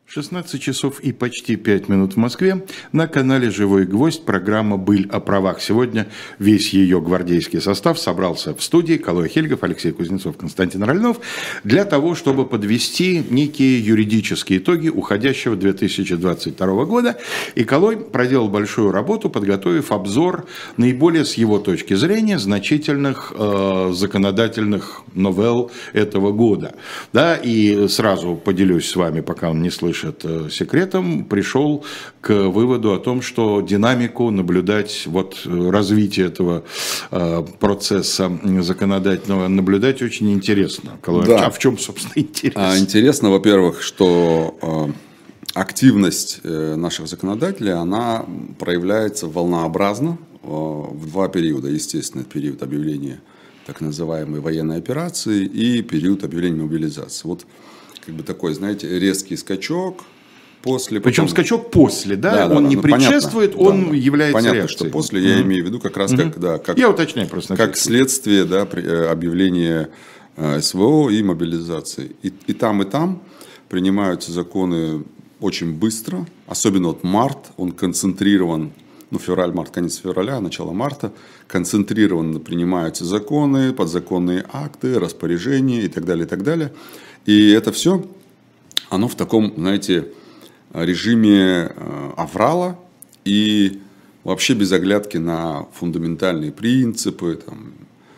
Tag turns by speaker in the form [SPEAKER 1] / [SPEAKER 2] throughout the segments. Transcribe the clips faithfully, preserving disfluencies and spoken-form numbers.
[SPEAKER 1] шестнадцать часов и почти пять минут в Москве. На канале «Живой гвоздь» программа «Быль о правах». Сегодня весь ее гвардейский состав собрался в студии. Калой Хельгов, Алексей Кузнецов, Константин Рольнов. Для того, чтобы подвести некие юридические итоги уходящего две тысячи двадцать второго года. И Калой проделал большую работу, подготовив обзор наиболее, с его точки зрения, значительных э, законодательных новелл этого года. Да, и сразу поделюсь с вами, пока он не слышит секретом, пришел к выводу о том, что динамику наблюдать, вот развитие этого э, процесса законодательного наблюдать очень интересно. Да. А в чем, собственно, интересно?
[SPEAKER 2] А, интересно, во-первых, что э, активность э, наших законодателей, она проявляется волнообразно э, в два периода. Естественно, период объявления так называемой военной операции и период объявления мобилизации. Вот как бы такой, знаете, резкий скачок после.
[SPEAKER 1] Причем потом... скачок после, да?
[SPEAKER 2] да
[SPEAKER 1] он
[SPEAKER 2] да,
[SPEAKER 1] не
[SPEAKER 2] ну,
[SPEAKER 1] предшествует,
[SPEAKER 2] понятно,
[SPEAKER 1] он
[SPEAKER 2] да,
[SPEAKER 1] является
[SPEAKER 2] понятно,
[SPEAKER 1] реакцией.
[SPEAKER 2] Понятно, что после, я mm-hmm. имею в виду как раз mm-hmm. как, да, как,
[SPEAKER 1] я уточняю просто
[SPEAKER 2] как следствие, да, при, объявления э, СВО и мобилизации. И, и там, и там принимаются законы очень быстро, особенно вот март, он концентрирован. Ну, февраль, март, конец февраля, начало марта, концентрированно принимаются законы, подзаконные акты, распоряжения и так далее, и так далее. И это все, оно в таком, знаете, режиме аврала и вообще без оглядки на фундаментальные принципы, там,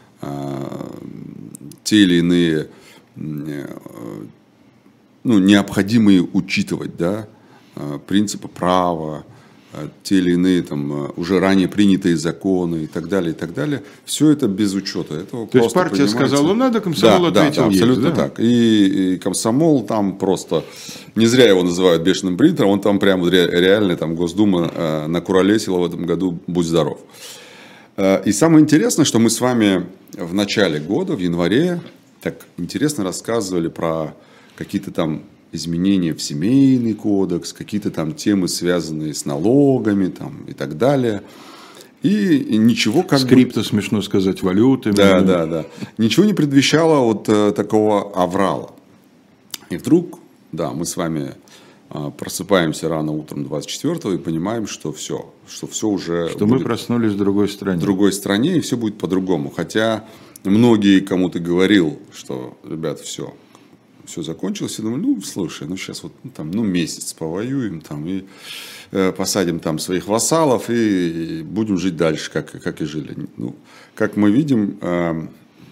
[SPEAKER 2] те или иные, ну, необходимые учитывать, да, принципы права, те или иные там уже ранее принятые законы и так далее, и так далее. Все это без учета этого.
[SPEAKER 1] То есть партия сказала, надо, комсомол
[SPEAKER 2] да,
[SPEAKER 1] ответил,
[SPEAKER 2] да, да, абсолютно
[SPEAKER 1] есть, да?
[SPEAKER 2] так. И, и комсомол там просто, не зря его называют бешеным принтером, он там прям реально, там Госдума э, накуролесила в этом году, будь здоров. Э, и самое интересное, что мы с вами в начале года, в январе, так интересно рассказывали про какие-то там изменения в семейный кодекс, какие-то там темы, связанные с налогами там, и так далее. И, и ничего как
[SPEAKER 1] Скрипта,
[SPEAKER 2] бы...
[SPEAKER 1] смешно сказать, валюты.
[SPEAKER 2] Да, да, да. Ничего не предвещало вот э, такого аврала. И вдруг, да, мы с вами э, просыпаемся рано утром двадцать четвёртого и понимаем, что все, что все уже...
[SPEAKER 1] Что мы проснулись в другой стране.
[SPEAKER 2] В другой стране, и все будет по-другому. Хотя многие, кому ты говорил, что, ребят, все... все закончилось, и думаю, ну, слушай, ну, сейчас вот, ну, там, ну, месяц повоюем, там, и э, посадим там своих вассалов, и, и будем жить дальше, как, как и жили. Ну, как мы видим, э,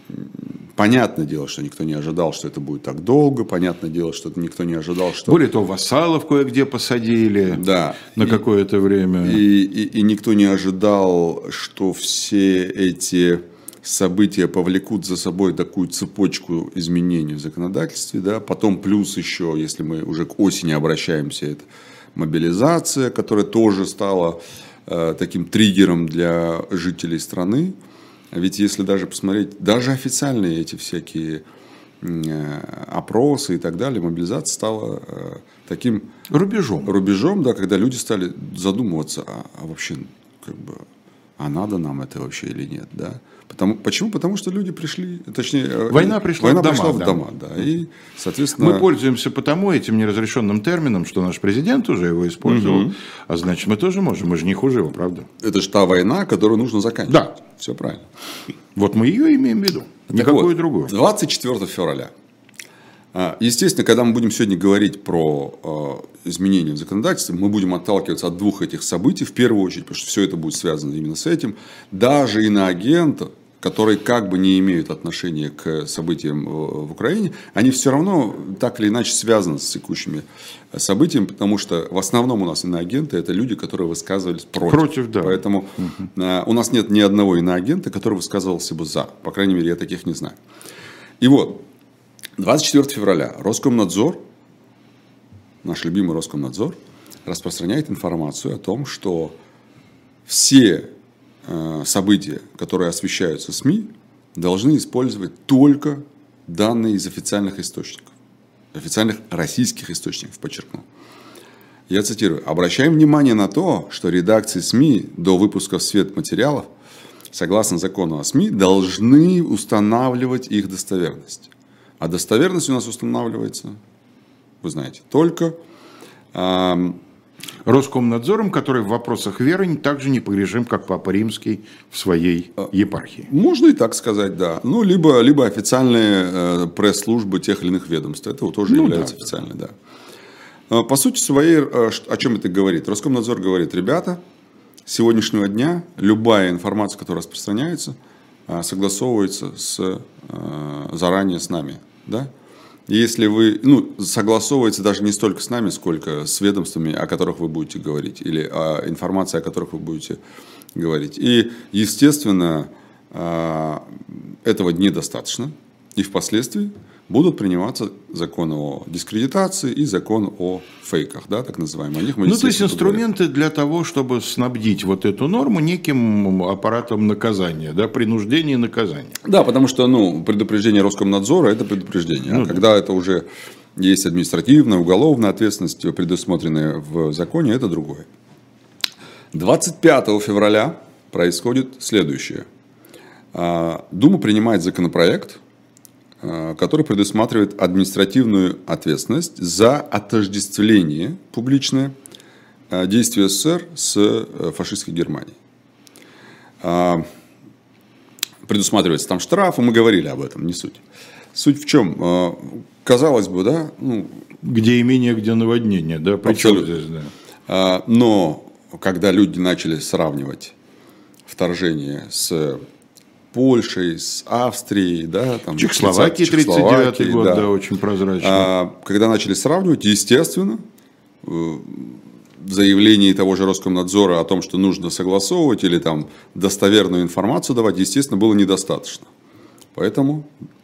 [SPEAKER 2] понятное дело, что никто не ожидал, что это будет так долго, понятное дело, что никто не ожидал, что...
[SPEAKER 1] Более того, вассалов кое-где посадили,
[SPEAKER 2] да,
[SPEAKER 1] на и, какое-то время.
[SPEAKER 2] И, и, и никто не ожидал, что все эти... события повлекут за собой такую цепочку изменений в законодательстве, да, потом плюс еще, если мы уже к осени обращаемся, это мобилизация, которая тоже стала э, таким триггером для жителей страны. Ведь если даже посмотреть, даже официальные эти всякие э, опросы и так далее, мобилизация стала э, таким
[SPEAKER 1] рубежом,
[SPEAKER 2] рубежом, да, когда люди стали задумываться, а, а вообще, как бы, а надо нам это вообще или нет, да? Потому, почему? Потому что люди пришли, точнее,
[SPEAKER 1] война пришла,
[SPEAKER 2] война
[SPEAKER 1] в, дома,
[SPEAKER 2] пришла
[SPEAKER 1] да.
[SPEAKER 2] в дома, да, и, соответственно...
[SPEAKER 1] Мы пользуемся потому этим неразрешенным термином, что наш президент уже его использовал, угу. А значит, мы тоже можем, мы же не хуже его, правда?
[SPEAKER 2] Это же та война, которую нужно заканчивать.
[SPEAKER 1] Да.
[SPEAKER 2] Все правильно.
[SPEAKER 1] Вот мы ее имеем в виду, никакую
[SPEAKER 2] вот,
[SPEAKER 1] другую.
[SPEAKER 2] двадцать четвёртого февраля. Естественно, когда мы будем сегодня говорить про изменения в законодательстве, мы будем отталкиваться от двух этих событий в первую очередь, потому что все это будет связано именно с этим. Даже иноагенты, которые как бы не имеют отношения к событиям в Украине, они все равно так или иначе связаны с текущими событиями, потому что в основном у нас иноагенты – это люди, которые высказывались против.
[SPEAKER 1] Против, да.
[SPEAKER 2] Поэтому угу. у нас нет ни одного иноагента, который высказывался бы за. По крайней мере, я таких не знаю. И вот, двадцать четвёртого февраля Роскомнадзор, наш любимый Роскомнадзор, распространяет информацию о том, что все события, которые освещаются СМИ, должны использовать только данные из официальных источников. Официальных российских источников, подчеркну. Я цитирую. «Обращаем внимание на то, что редакции СМИ до выпуска в свет материалов, согласно закону о СМИ, должны устанавливать их достоверность». А достоверность у нас устанавливается, вы знаете, только
[SPEAKER 1] Роскомнадзором, который в вопросах веры также непогрешим, как Папа Римский в своей епархии.
[SPEAKER 2] Можно и так сказать, да. Ну, либо, либо официальные э, пресс-службы тех или иных ведомств. Это тоже ну, является да. официальной, да. По сути своей, о чем это говорит? Роскомнадзор говорит, ребята, с сегодняшнего дня любая информация, которая распространяется, согласовывается с, заранее с нами, да? Если вы, ну, согласовывается даже не столько с нами, сколько с ведомствами, о которых вы будете говорить, или о информации, о которых вы будете говорить. И, естественно, этого недостаточно. И впоследствии будут приниматься законы о дискредитации и закон о фейках, да, так называемых. О них мы,
[SPEAKER 1] ну, то есть инструменты поговорим. Для того, чтобы снабдить вот эту норму неким аппаратом наказания, да, принуждения и наказания.
[SPEAKER 2] Да, потому что, ну, предупреждение Роскомнадзора – это предупреждение. Ну, а да. когда это уже есть административная, уголовная ответственность, предусмотренная в законе, это другое. двадцать пятого февраля происходит следующее. Дума принимает законопроект, который предусматривает административную ответственность за отождествление публичное действий СССР с фашистской Германией. Предусматривается там штрафы, мы говорили об этом, не суть. Суть в чем? Казалось бы, да? Ну,
[SPEAKER 1] где имение, где наводнение, да? Причем здесь,
[SPEAKER 2] да. Но когда люди начали сравнивать вторжение с Польшей, с Австрией, да, там,
[SPEAKER 1] Чехословакии, тридцать девятый год, да. да, очень прозрачно.
[SPEAKER 2] А, когда начали сравнивать, естественно, в заявлении того же Роскомнадзора о том, что нужно согласовывать или там достоверную информацию давать, естественно, было недостаточно. Поэтому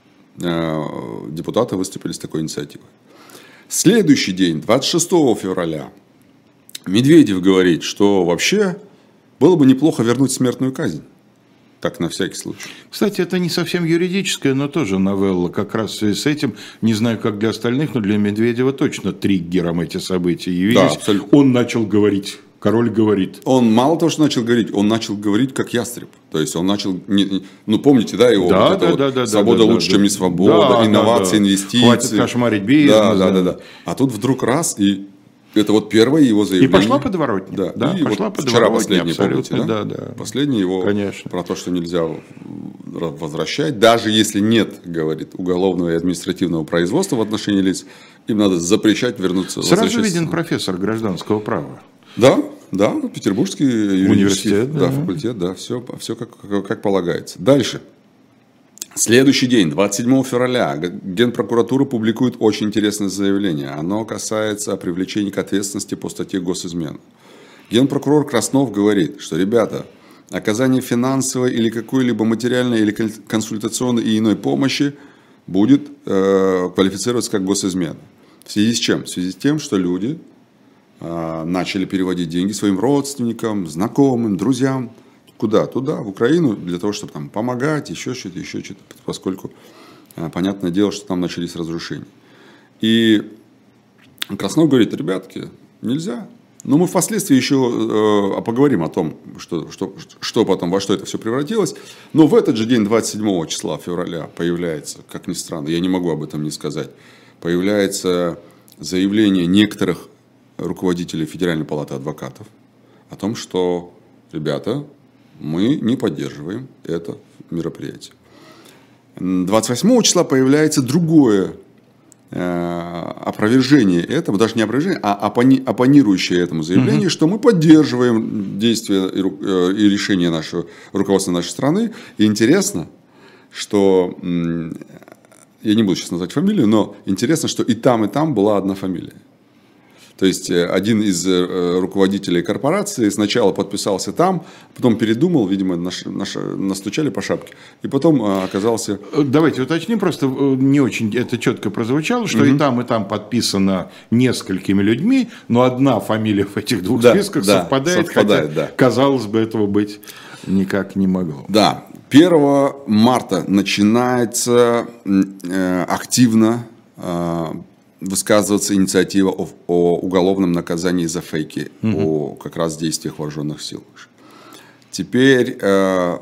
[SPEAKER 2] э, депутаты выступили с такой инициативой. Следующий день, двадцать шестого февраля, Медведев говорит, что вообще было бы неплохо вернуть смертную казнь. Так, на всякий случай.
[SPEAKER 1] Кстати, это не совсем юридическая, но тоже новелла. Как раз в связи с этим, не знаю, как для остальных, но для Медведева точно триггером эти события явились. Да, абсолютно. Он начал говорить, король говорит.
[SPEAKER 2] Он мало того, что начал говорить, он начал говорить как ястреб. То есть, он начал, не, ну, помните, да, его
[SPEAKER 1] да,
[SPEAKER 2] вот
[SPEAKER 1] да,
[SPEAKER 2] вот,
[SPEAKER 1] да, да,
[SPEAKER 2] свобода
[SPEAKER 1] да,
[SPEAKER 2] лучше,
[SPEAKER 1] да,
[SPEAKER 2] чем не свобода,
[SPEAKER 1] да,
[SPEAKER 2] инновации,
[SPEAKER 1] да, да.
[SPEAKER 2] инвестиции.
[SPEAKER 1] Хватит кошмарить бизнес.
[SPEAKER 2] Да, да, да, да. А тут вдруг раз и... Это вот первое его заявление.
[SPEAKER 1] И пошла подворотня.
[SPEAKER 2] Да,
[SPEAKER 1] да
[SPEAKER 2] и
[SPEAKER 1] пошла
[SPEAKER 2] вот вчера последний, помните, да?
[SPEAKER 1] Да, да.
[SPEAKER 2] Последний его
[SPEAKER 1] Конечно.
[SPEAKER 2] Про то, что нельзя возвращать. Даже если нет, говорит, уголовного и административного производства в отношении лиц, им надо запрещать вернуться.
[SPEAKER 1] Сразу виден профессор гражданского права.
[SPEAKER 2] Да, да, Петербургский юридический
[SPEAKER 1] университет,
[SPEAKER 2] да,
[SPEAKER 1] да.
[SPEAKER 2] факультет, да, все, все как, как, как полагается. Дальше. Следующий день, двадцать седьмого февраля, Генпрокуратура публикует очень интересное заявление. Оно касается привлечения к ответственности по статье госизмена. Генпрокурор Краснов говорит, что, ребята, оказание финансовой или какой-либо материальной или консультационной и иной помощи будет э, квалифицироваться как госизмена. В связи с чем? В связи с тем, что люди э, начали переводить деньги своим родственникам, знакомым, друзьям. Куда? Туда, в Украину, для того, чтобы там помогать, еще что-то, еще что-то, поскольку, понятное дело, что там начались разрушения. И Краснов говорит, ребятки, нельзя. Но мы впоследствии еще э, поговорим о том, что, что, что потом, во что это все превратилось. Но в этот же день, двадцать седьмого числа февраля, появляется, как ни странно, я не могу об этом не сказать, появляется заявление некоторых руководителей Федеральной палаты адвокатов о том, что, ребята, мы не поддерживаем это мероприятие. двадцать восьмого числа появляется другое э, опровержение этого, даже не опровержение, а оппони, оппонирующее этому заявлению, uh-huh. что мы поддерживаем действия и, э, и решения нашего руководства нашей страны. И интересно, что, э, я не буду сейчас назвать фамилию, но интересно, что и там, и там была одна фамилия. То есть, один из руководителей корпорации сначала подписался там, потом передумал, видимо, наш, наш, настучали по шапке, и потом оказался...
[SPEAKER 1] Давайте уточним, просто не очень это четко прозвучало, что mm-hmm. и там, и там подписано несколькими людьми, но одна фамилия в этих двух да, списках да, совпадает, совпадает, хотя, да. казалось бы, этого быть никак не могло.
[SPEAKER 2] Да, первого марта начинается э, активно... Э, высказываться инициатива о, о уголовном наказании за фейки, угу. о как раз действиях вооруженных сил. Теперь э,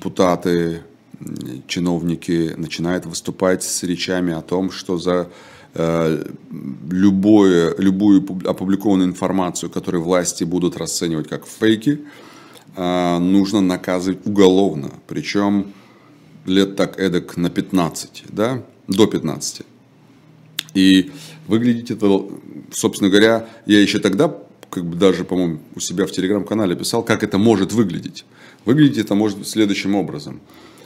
[SPEAKER 2] депутаты, чиновники начинают выступать с речами о том, что за любое, любую опубликованную информацию, которую власти будут расценивать как фейки, нужно наказывать уголовно. Причем лет так эдак на пятнадцать, да, до пятнадцати. И выглядит это, собственно говоря, я еще тогда, как бы даже, по-моему, у себя в телеграм-канале писал, как это может выглядеть. Выглядеть это может следующим образом.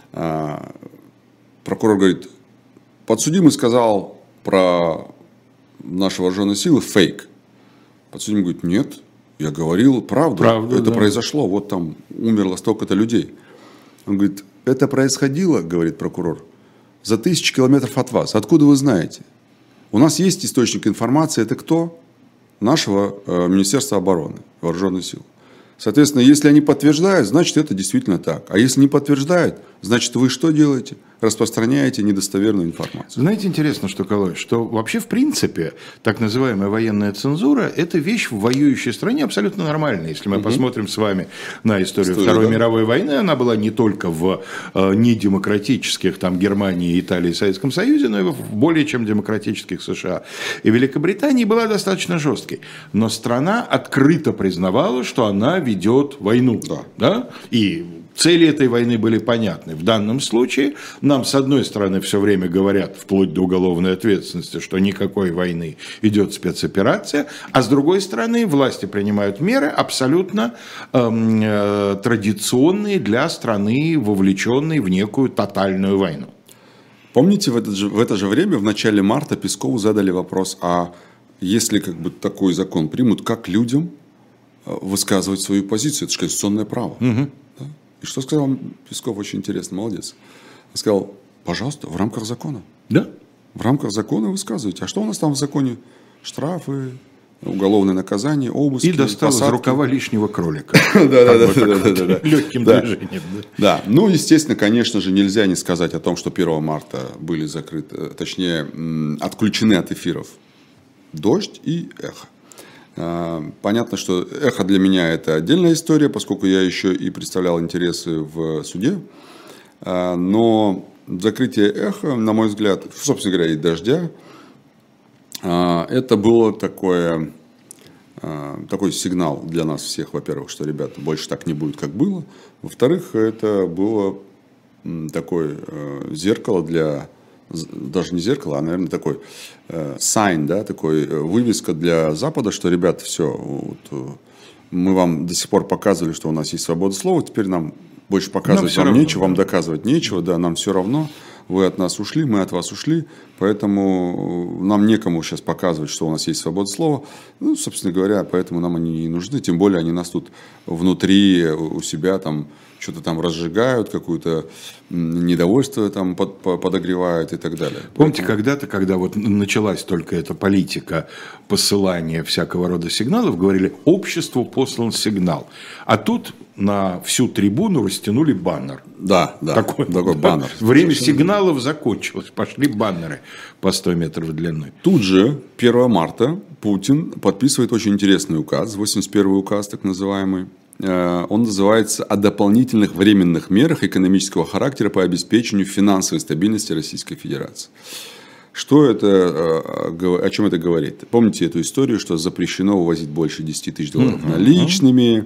[SPEAKER 2] Прокурор говорит, подсудимый сказал про наши вооруженные силы фейк. Подсудимый говорит, нет, я говорил правду, правду это да. произошло, вот там умерло столько-то людей. Он говорит, это происходило, говорит прокурор, за тысячи километров от вас. Откуда вы знаете? У нас есть источник информации, это кто? Нашего э, Министерства обороны, вооруженных сил. Соответственно, если они подтверждают, значит это действительно так. А если не подтверждают, значит вы что делаете? Распространяете недостоверную информацию.
[SPEAKER 1] Знаете, интересно, что, Калой, что вообще в принципе так называемая военная цензура – это вещь в воюющей стране абсолютно нормальная. Если мы угу. посмотрим с вами на историю История, Второй да? мировой войны, она была не только в э, недемократических там, Германии, Италии, Советском Союзе, но и в более чем демократических США и Великобритании была достаточно жесткой. Но страна открыто признавала, что она ведет войну. Да. Да? И цели этой войны были понятны. В данном случае нам, с одной стороны, все время говорят, вплоть до уголовной ответственности, что никакой войны, идет спецоперация, а с другой стороны, власти принимают меры абсолютно эм, э, традиционные для страны, вовлеченной в некую тотальную войну.
[SPEAKER 2] Помните, в это же, в это же время, в начале марта, Пескову задали вопрос, а если как бы такой закон примут, как людям высказывать свою позицию? Это же конституционное право. Угу. Да? И что сказал Песков? Очень интересно, молодец. Он сказал, пожалуйста, в рамках закона.
[SPEAKER 1] Да.
[SPEAKER 2] В рамках закона высказывайте. А что у нас там в законе? Штрафы, уголовное наказание, обыски,
[SPEAKER 1] и достал посадки. Из рукава лишнего кролика.
[SPEAKER 2] Да-да-да.
[SPEAKER 1] Легким движением.
[SPEAKER 2] Да. Ну, естественно, конечно же, нельзя не сказать о том, что первого марта были закрыты, точнее, отключены от эфиров «Дождь» и «Эхо». Понятно, что «Эхо» для меня это отдельная история, поскольку я еще и представлял интересы в суде. Но закрытие «Эхо», на мой взгляд, собственно говоря, и «Дождя», это было такое, такой сигнал для нас всех, во-первых, что, ребята, больше так не будет, как было. Во-вторых, это было такое зеркало для... Даже не зеркало, а, наверное, такой э, sign, да, такой э, вывеска для Запада, что, ребята, все, вот, э, мы вам до сих пор показывали, что у нас есть свобода слова, теперь нам больше показывать вам равно, нечего, да. вам доказывать нечего, да, нам все равно, вы от нас ушли, мы от вас ушли, поэтому нам некому сейчас показывать, что у нас есть свобода слова, ну, собственно говоря, поэтому нам они не нужны, тем более они нас тут внутри у себя там что-то там разжигают, какое-то недовольство там под, подогревают и так далее.
[SPEAKER 1] Помните, Поэтому... когда-то, когда вот началась только эта политика посылания всякого рода сигналов, говорили, обществу послан сигнал. А тут на всю трибуну растянули баннер.
[SPEAKER 2] Да, да,
[SPEAKER 1] такой,
[SPEAKER 2] такой
[SPEAKER 1] да.
[SPEAKER 2] баннер.
[SPEAKER 1] Время сигналов закончилось, пошли баннеры по сто метров длиной.
[SPEAKER 2] Тут же, первого марта, Путин подписывает очень интересный указ, восемьдесят первый указ, так называемый. Он называется «О дополнительных временных мерах экономического характера по обеспечению финансовой стабильности Российской Федерации». Что это, о чем это говорит? Помните эту историю, что запрещено вывозить больше десяти тысяч долларов наличными,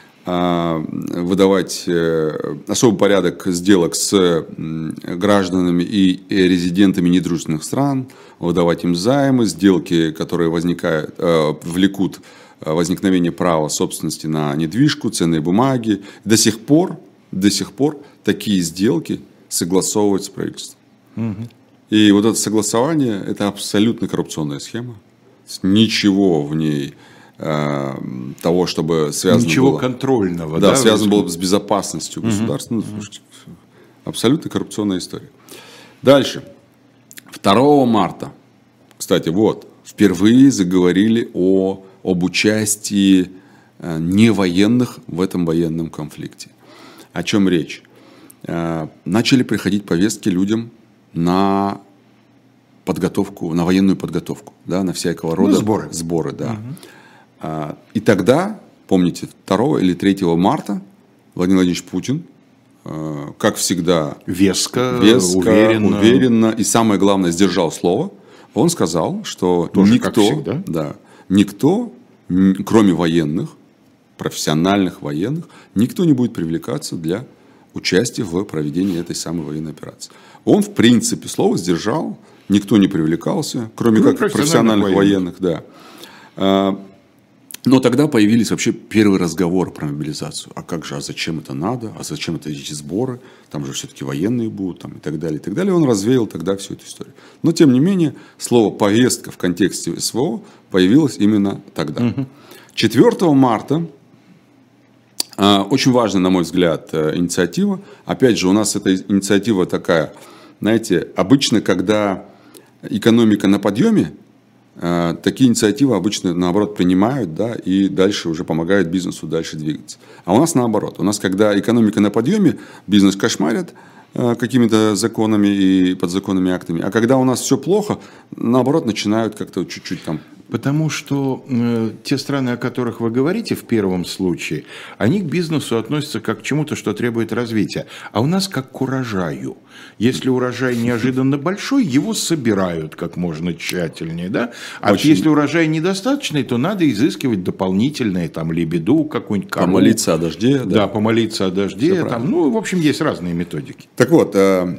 [SPEAKER 2] выдавать особый порядок сделок с гражданами и резидентами недружественных стран, выдавать им займы, сделки, которые возникают, влекут возникновение права собственности на недвижку, ценные бумаги. До сих пор, до сих пор такие сделки согласовывают с правительством. Угу. И вот это согласование – это абсолютно коррупционная схема. Ничего в ней э, того, чтобы связано
[SPEAKER 1] Ничего
[SPEAKER 2] было…
[SPEAKER 1] контрольного.
[SPEAKER 2] Да,
[SPEAKER 1] да
[SPEAKER 2] связано было с безопасностью государства. Угу. Ну, абсолютно коррупционная история. Дальше. второго марта, кстати, вот, впервые заговорили о… об участии невоенных в этом военном конфликте. О чем речь? Начали приходить повестки людям на подготовку, на военную подготовку, да, на всякого рода
[SPEAKER 1] ну, сборы.
[SPEAKER 2] сборы да. Угу. И тогда, помните, второго или третьего марта Владимир Владимирович Путин, как всегда,
[SPEAKER 1] веско,
[SPEAKER 2] веско
[SPEAKER 1] уверенно.
[SPEAKER 2] уверенно и, самое главное, сдержал слово. Он сказал, что
[SPEAKER 1] Тоже
[SPEAKER 2] никто,
[SPEAKER 1] как всегда.
[SPEAKER 2] Да, никто, кроме военных, профессиональных военных, никто не будет привлекаться для участия в проведении этой самой военной операции. Он, в принципе, слово сдержал, никто не привлекался, кроме
[SPEAKER 1] ну,
[SPEAKER 2] как
[SPEAKER 1] профессиональных,
[SPEAKER 2] профессиональных военных. военных да. Но тогда появились вообще первые разговоры про мобилизацию. А как же, а зачем это надо? А зачем это эти сборы? Там же все-таки военные будут, там, и так далее, и так далее. Он развеял тогда всю эту историю. Но, тем не менее, слово «повестка» в контексте СВО появилось именно тогда. Угу. четвёртого марта, очень важная, на мой взгляд, инициатива. Опять же, у нас эта инициатива такая, знаете, обычно, когда экономика на подъеме, такие инициативы обычно, наоборот, принимают, да, и дальше уже помогают бизнесу дальше двигаться. А у нас наоборот. У нас, когда экономика на подъеме, бизнес кошмарит какими-то законами и подзаконными актами. А когда у нас все плохо, наоборот, начинают как-то чуть-чуть там...
[SPEAKER 1] Потому что э, те страны, о которых вы говорите в первом случае, они к бизнесу относятся как к чему-то, что требует развития. А у нас как к урожаю. Если урожай неожиданно большой, его собирают как можно тщательнее. Да? А Очень... если урожай недостаточный, то надо изыскивать дополнительные, там, лебеду, какую-нибудь кору.
[SPEAKER 2] Помолиться о дожде.
[SPEAKER 1] Да, да помолиться о дожде. Там, ну, в общем, есть разные методики.
[SPEAKER 2] Так вот,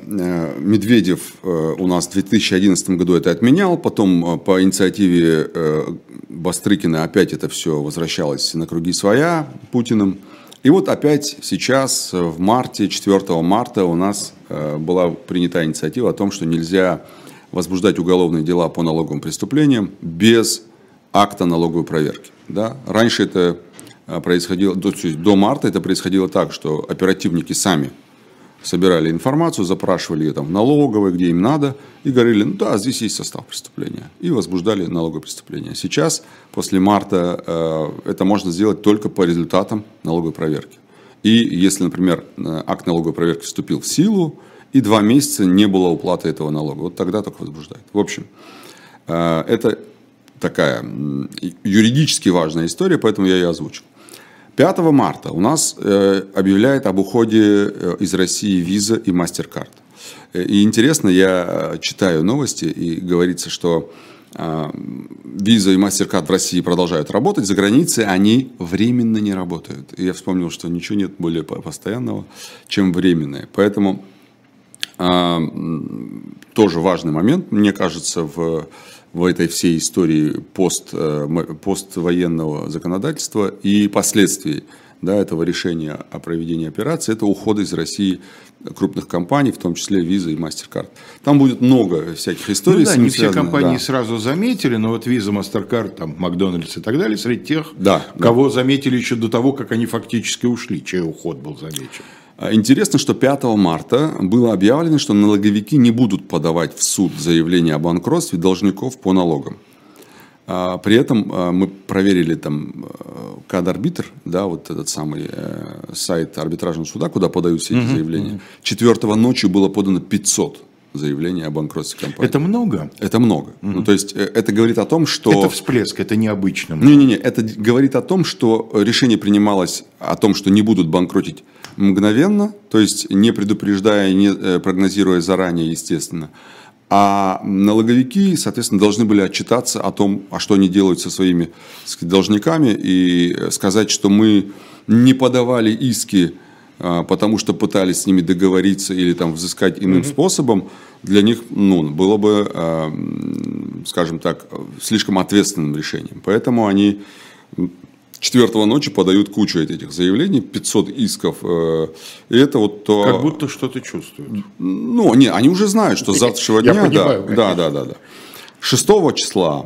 [SPEAKER 2] Медведев у нас в две тысячи одиннадцатом году это отменял, потом по инициативе Бастрыкина опять это все возвращалось на круги своя Путиным. И вот опять сейчас, в марте, четвёртого марта, у нас была принята инициатива о том, что нельзя возбуждать уголовные дела по налоговым преступлениям без акта налоговой проверки. Да? Раньше это происходило, то есть до марта это происходило так, что оперативники сами собирали информацию, запрашивали ее там в налоговой, где им надо, и говорили, ну да, здесь есть состав преступления, и возбуждали налоговое преступление. Сейчас, после марта, э, это можно сделать только по результатам налоговой проверки. И если, например, акт налоговой проверки вступил в силу, и два месяца не было уплаты этого налога, вот тогда только возбуждают. В общем, э, это такая юридически важная история, поэтому я ее озвучил. пятого марта у нас э, объявляет об уходе э, из России Visa и MasterCard. И интересно, я читаю новости, и говорится, что э, Visa и MasterCard в России продолжают работать, за границей они временно не работают. И я вспомнил, что ничего нет более постоянного, чем временное. Поэтому э, тоже важный момент, мне кажется, в... в этой всей истории пост, поствоенного законодательства и последствий, да, этого решения о проведении операции, это уход из России крупных компаний, в том числе Visa и MasterCard. Там будет много всяких историй.
[SPEAKER 1] Ну да,
[SPEAKER 2] с ним
[SPEAKER 1] не все
[SPEAKER 2] связаны,
[SPEAKER 1] компании
[SPEAKER 2] да.
[SPEAKER 1] сразу заметили, но вот Visa, MasterCard, там, Макдональдс и так далее, среди тех,
[SPEAKER 2] да,
[SPEAKER 1] кого
[SPEAKER 2] да.
[SPEAKER 1] заметили еще до того, как они фактически ушли, чей уход был замечен.
[SPEAKER 2] Интересно, что пятого марта было объявлено, что налоговики не будут подавать в суд заявление о банкротстве должников по налогам. При этом мы проверили там Кадарбитр, да, вот этот самый сайт арбитражного суда, куда подают все эти uh-huh, заявления. четвёртого ночью было подано пятьсот заявлений о банкротстве компании.
[SPEAKER 1] Это много?
[SPEAKER 2] Это много. Uh-huh. Ну, то есть это говорит о том, что...
[SPEAKER 1] Это всплеск, это необычно.
[SPEAKER 2] Не-не-не, это говорит о том, что решение принималось о том, что не будут банкротить мгновенно, то есть не предупреждая, не прогнозируя заранее, естественно. А налоговики, соответственно, должны были отчитаться о том, а что они делают со своими, так сказать, должниками, и сказать, что мы не подавали иски, потому что пытались с ними договориться или там взыскать иным mm-hmm. способом, для них, ну, было бы, скажем так, слишком ответственным решением. Поэтому они четвёртого ночи подают кучу этих заявлений, пятьсот исков. И это вот то...
[SPEAKER 1] Как будто что-то чувствуют.
[SPEAKER 2] Ну, не, они уже знают, что с завтрашнего дня...
[SPEAKER 1] Я понимаю,
[SPEAKER 2] да, да, да, да. шестого числа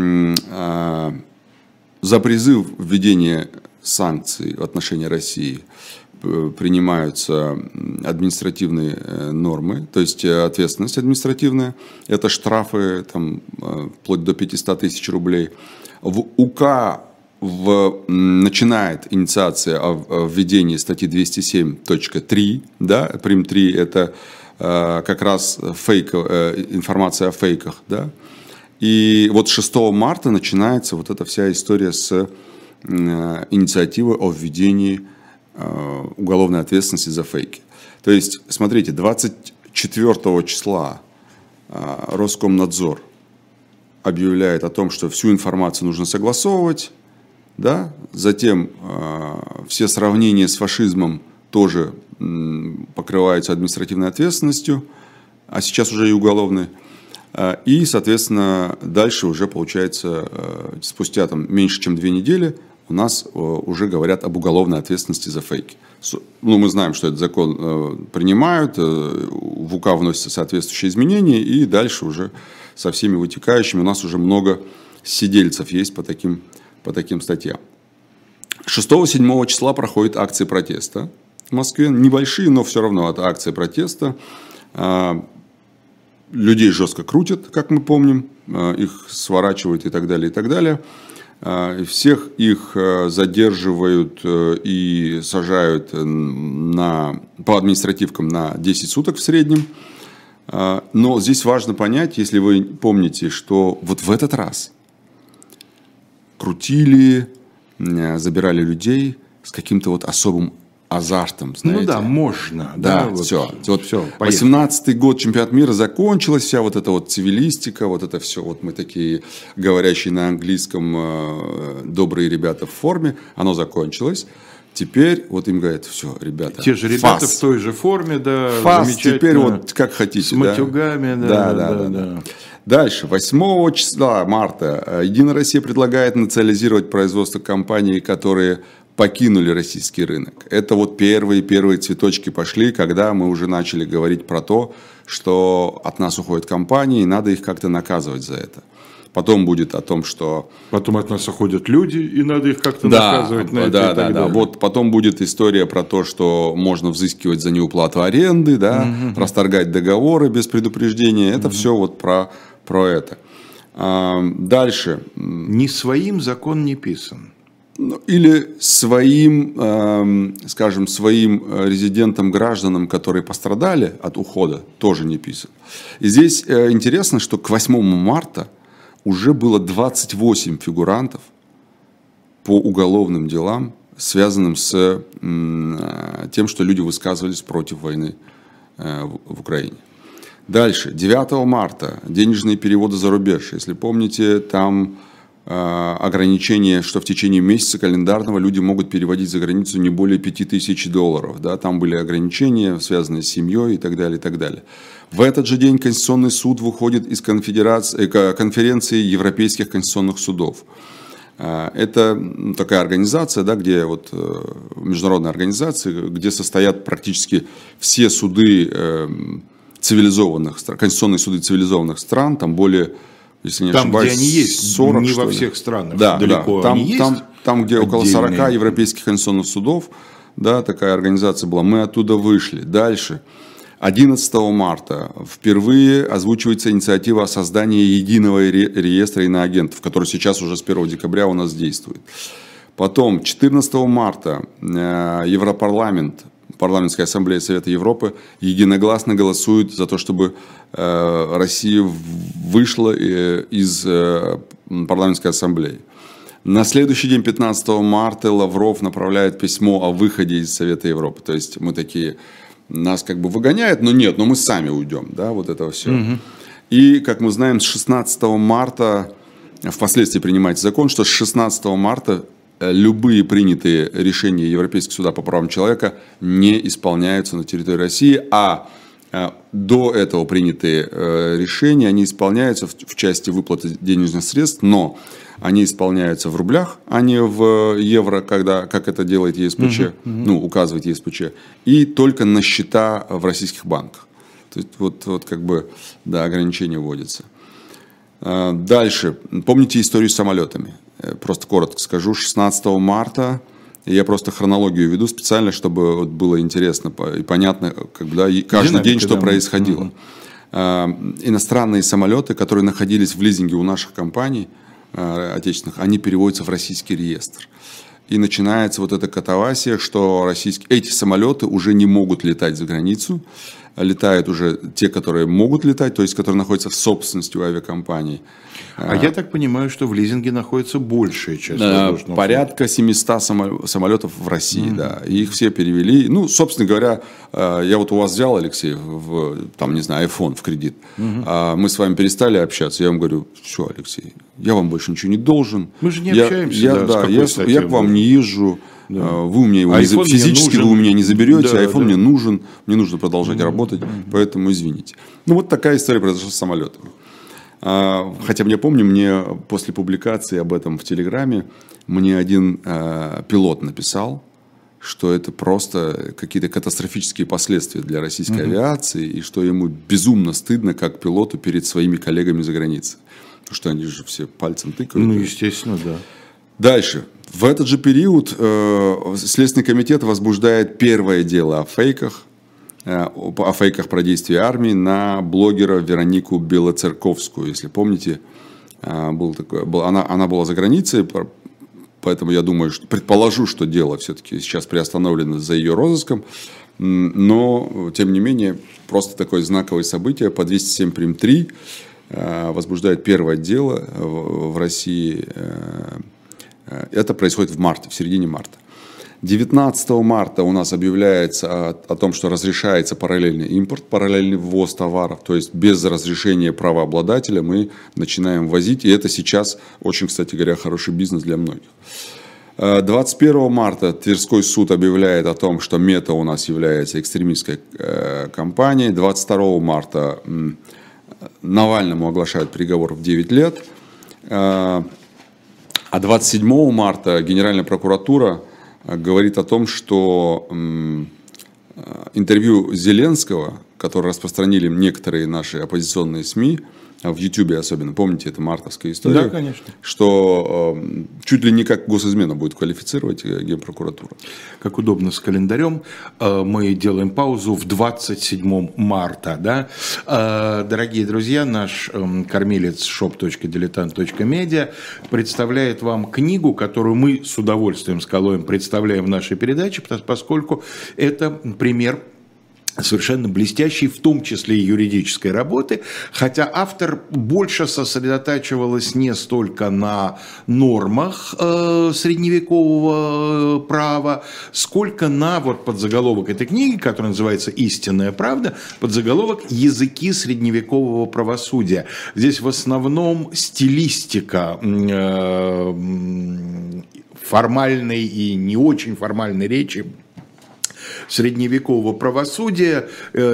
[SPEAKER 2] э, за призыв введения санкций в отношении России принимаются административные нормы, то есть ответственность административная. Это штрафы там, вплоть до пятьсот тысяч рублей. В УК В, начинает инициация о введении статьи двести семь точка три, да, прим три, это э, как раз фейк, э, информация о фейках, да, и вот шестого марта начинается вот эта вся история с э, инициативы о введении э, уголовной ответственности за фейки. То есть, смотрите, двадцать четвёртого числа э, Роскомнадзор объявляет о том, что всю информацию нужно согласовывать, да? Затем э, все сравнения с фашизмом тоже м, покрываются административной ответственностью, а сейчас уже и уголовной. И, соответственно, дальше уже получается, спустя там, меньше, чем две недели, у нас уже говорят об уголовной ответственности за фейки. Ну, мы знаем, что этот закон принимают, в УК вносятся соответствующие изменения, и дальше уже со всеми вытекающими у нас уже много сидельцев есть по таким, по таким статьям. шестого-седьмого числа проходят акции протеста в Москве. Небольшие, но все равно это акции протеста. Людей жестко крутят, как мы помним, их сворачивают и так далее, и так далее. Всех их задерживают и сажают на, по административкам на десять суток в среднем. Но здесь важно понять, если вы помните, что вот в этот раз крутили, забирали людей с каким-то вот особым азартом, знаете.
[SPEAKER 1] Ну да, можно.
[SPEAKER 2] Да,
[SPEAKER 1] да вот,
[SPEAKER 2] все. Вот
[SPEAKER 1] все
[SPEAKER 2] восемнадцатый год чемпионат мира закончилась, вся вот эта вот цивилистика, вот это все, вот мы такие говорящие на английском э, добрые ребята в форме, оно закончилось. Теперь вот им говорят, все, ребята,
[SPEAKER 1] те же ребята
[SPEAKER 2] фас.
[SPEAKER 1] в той же форме, да,
[SPEAKER 2] фас, теперь вот как хотите.
[SPEAKER 1] С матюгами, да.
[SPEAKER 2] Да, да,
[SPEAKER 1] да,
[SPEAKER 2] да,
[SPEAKER 1] да,
[SPEAKER 2] да. Дальше, восьмого числа марта, Единая Россия предлагает национализировать производство компаний, которые покинули российский рынок. Это вот первые-первые цветочки пошли, когда мы уже начали говорить про то, что от нас уходят компании, и надо их как-то наказывать за это. Потом будет о том, что...
[SPEAKER 1] Потом от нас уходят люди, и надо их как-то
[SPEAKER 2] да,
[SPEAKER 1] наказывать на
[SPEAKER 2] да,
[SPEAKER 1] это
[SPEAKER 2] да,
[SPEAKER 1] и так
[SPEAKER 2] да,
[SPEAKER 1] далее.
[SPEAKER 2] Вот потом будет история про то, что можно взыскивать за неуплату аренды, да, угу. расторгать договоры без предупреждения. Это угу. все вот про, про это. А, дальше.
[SPEAKER 1] Ни своим закон не писан.
[SPEAKER 2] Или своим, э, скажем, своим резидентам, гражданам, которые пострадали от ухода, тоже не писан. И здесь э, интересно, что к восьмому марта уже было двадцать восемь фигурантов по уголовным делам, связанным с э, тем, что люди высказывались против войны э, в, в Украине. Дальше, девятого марта, денежные переводы за рубеж. Если помните, там... ограничение, что в течение месяца календарного люди могут переводить за границу не более пяти тысяч долларов. Да? Там были ограничения, связанные с семьей и так далее, и так далее. В этот же день Конституционный суд выходит из конференции Европейских конституционных судов. Это такая организация, да, где вот, международная организация, где состоят практически все суды цивилизованных стран, конституционные суды цивилизованных стран, там более... Если не
[SPEAKER 1] там,
[SPEAKER 2] ошибаюсь,
[SPEAKER 1] где они есть,
[SPEAKER 2] сорок,
[SPEAKER 1] не во всех странах,
[SPEAKER 2] да,
[SPEAKER 1] далеко
[SPEAKER 2] да. Там,
[SPEAKER 1] они
[SPEAKER 2] там,
[SPEAKER 1] есть.
[SPEAKER 2] Там, где около
[SPEAKER 1] отдельные.
[SPEAKER 2] сорока европейских конституционных судов, да, такая организация была, мы оттуда вышли. Дальше, одиннадцатого марта впервые озвучивается инициатива о создании единого реестра иноагентов, который сейчас уже с первого декабря у нас действует. Потом, четырнадцатого марта Европарламент, Парламентская ассамблея Совета Европы единогласно голосует за то, чтобы э, Россия вышла э, из э, парламентской ассамблеи. На следующий день, пятнадцатого марта, Лавров направляет письмо о выходе из Совета Европы. То есть мы такие, нас как бы выгоняют, но нет, но мы сами уйдем, да, вот это все. Угу. И, как мы знаем, с шестнадцатого марта, впоследствии принимается закон, что с шестнадцатого марта любые принятые решения Европейского суда по правам человека не исполняются на территории России, а до этого принятые решения, они исполняются в части выплаты денежных средств, но они исполняются в рублях, а не в евро, когда, как это делает ЕСПЧ, uh-huh, uh-huh. ну, указывает ЕСПЧ, и только на счета в российских банках. То есть вот, вот как бы, да, ограничения вводятся. Дальше. Помните историю с самолетами? Просто коротко скажу. шестнадцатого марта, я просто хронологию веду специально, чтобы вот было интересно и понятно, как бы, да, каждый Динамика, день, что да, происходило. Угу. Иностранные самолеты, которые находились в лизинге у наших компаний отечественных, они переводятся в российский реестр. И начинается вот эта катавасия, что российские, эти самолеты уже не могут летать за границу. летают уже те, которые могут летать, то есть которые находятся в собственности у авиакомпаний.
[SPEAKER 1] А, а я так понимаю, что в лизинге находится большая часть
[SPEAKER 2] да,
[SPEAKER 1] воздушного
[SPEAKER 2] порядка семьсот самолетов в России, mm-hmm. да. Их все перевели. Ну, собственно говоря, я вот у вас взял, Алексей, в, там, не знаю, айфон в кредит. Mm-hmm. Мы с вами перестали общаться. Я вам говорю, все, Алексей, я вам больше ничего не должен.
[SPEAKER 1] Мы же не
[SPEAKER 2] я,
[SPEAKER 1] общаемся.
[SPEAKER 2] Я,
[SPEAKER 1] да,
[SPEAKER 2] да, я, я к вам не езжу. Да. Вы у меня его не, физически вы у меня не заберете, да, айфон да. мне нужен, мне нужно продолжать mm-hmm. работать, mm-hmm. поэтому извините. Ну, вот такая история произошла с самолетами. Хотя я помню, мне после публикации об этом в Телеграме, мне один э, пилот написал, что это просто какие-то катастрофические последствия для российской mm-hmm. авиации, и что ему безумно стыдно, как пилоту, перед своими коллегами за границей. Потому что они же все пальцем тыкают.
[SPEAKER 1] Ну, естественно, да.
[SPEAKER 2] Дальше. В этот же период э, Следственный комитет возбуждает первое дело о фейках, о фейках про действия армии на блогера Веронику Белоцерковскую. Если помните, был такой, был, она, она была за границей, поэтому я думаю, что, предположу, что дело все-таки сейчас приостановлено за ее розыском. Но, тем не менее, просто такое знаковое событие по двести семь прим три возбуждает первое дело в России. Это происходит в марте, в середине марта. девятнадцатого марта у нас объявляется о, о том, что разрешается параллельный импорт, параллельный ввоз товаров. То есть без разрешения правообладателя мы начинаем ввозить. И это сейчас очень, кстати говоря, хороший бизнес для многих. двадцать первого марта Тверской суд объявляет о том, что Мета у нас является экстремистской э, компанией. двадцать второго марта э, Навальному оглашают приговор в девять лет. Э, а двадцать седьмого марта Генеральная прокуратура говорит о том, что м, интервью Зеленского, которое распространили некоторые наши оппозиционные СМИ, в Ютубе особенно, помните, это мартовская история,
[SPEAKER 1] да, конечно.
[SPEAKER 2] Что э, чуть ли не как госизмена будет квалифицировать Генпрокуратура.
[SPEAKER 1] Как удобно с календарем, э, мы делаем паузу в двадцать седьмого марта. Да? Э, дорогие друзья, наш э, кормилец шоп точка дилетант точка медиа представляет вам книгу, которую мы с удовольствием с Калоем представляем в нашей передаче, поскольку это пример совершенно блестящей, в том числе и юридической работы, хотя автор больше сосредотачивалась не столько на нормах э, средневекового права, сколько на вот подзаголовок этой книги, которая называется «Истинная правда», подзаголовок «Языки средневекового правосудия». Здесь в основном стилистика э, формальной и не очень формальной речи средневекового правосудия.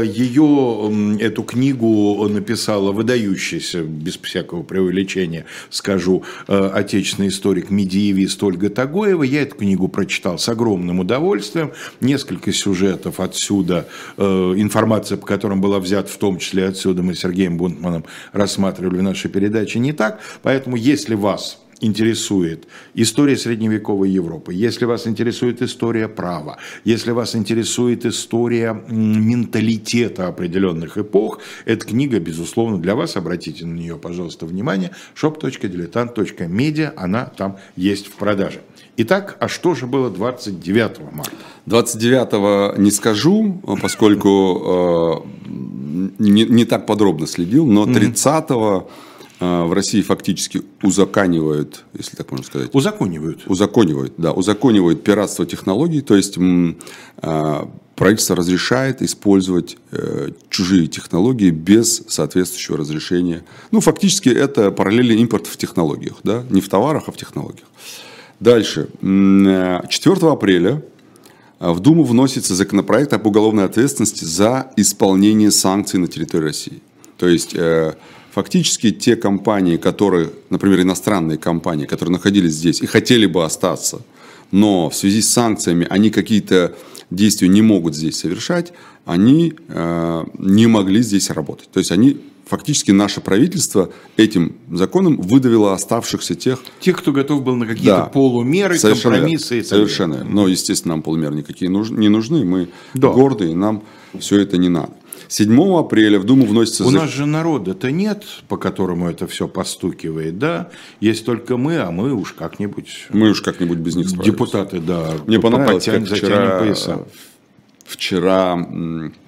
[SPEAKER 1] Ее, эту книгу написала выдающаяся, без всякого преувеличения, скажу, отечественный историк-медиевист Ольга Тагоева. Я эту книгу прочитал с огромным удовольствием. Несколько сюжетов отсюда, информация по которым была взята в том числе отсюда, мы с Сергеем Бунтманом рассматривали в нашей передаче не так. Поэтому, если вас интересует история средневековой Европы, если вас интересует история права, если вас интересует история менталитета определенных эпох, эта книга, безусловно, для вас. Обратите на нее, пожалуйста, внимание. шоп точка дилетант точка медиа, она там есть в продаже. Итак, а что же было двадцать девятого марта?
[SPEAKER 2] двадцать девятого не скажу, поскольку э, не, не так подробно следил, но тридцатого в России фактически узаконивают, если так можно сказать.
[SPEAKER 1] Узаконивают.
[SPEAKER 2] Узаконивают, да, узаконивают пиратство технологий, то есть м, э, правительство разрешает использовать э, чужие технологии без соответствующего разрешения. Ну, фактически это параллельный импорт в технологиях, да, не в товарах, а в технологиях. Дальше. четвёртого апреля в Думу вносится законопроект об уголовной ответственности за исполнение санкций на территории России. То есть э, фактически те компании, которые, например, иностранные компании, которые находились здесь и хотели бы остаться, но в связи с санкциями они какие-то действия не могут здесь совершать, они э, не могли здесь работать. То есть они, фактически наше правительство этим законом выдавило оставшихся тех...
[SPEAKER 1] Тех, кто готов был на какие-то да, полумеры, компромиссы. И
[SPEAKER 2] совершенно верно. Но, естественно, нам полумеры никакие нужны, не нужны. Мы да. гордые, нам все это не надо. седьмого апреля в Думу вносится...
[SPEAKER 1] У нас же народа-то нет, по которому это все постукивает, да? Есть только мы, а мы уж как-нибудь...
[SPEAKER 2] Мы уж как-нибудь без них справимся.
[SPEAKER 1] Депутаты, да.
[SPEAKER 2] Мне понравилось, как вчера, вчера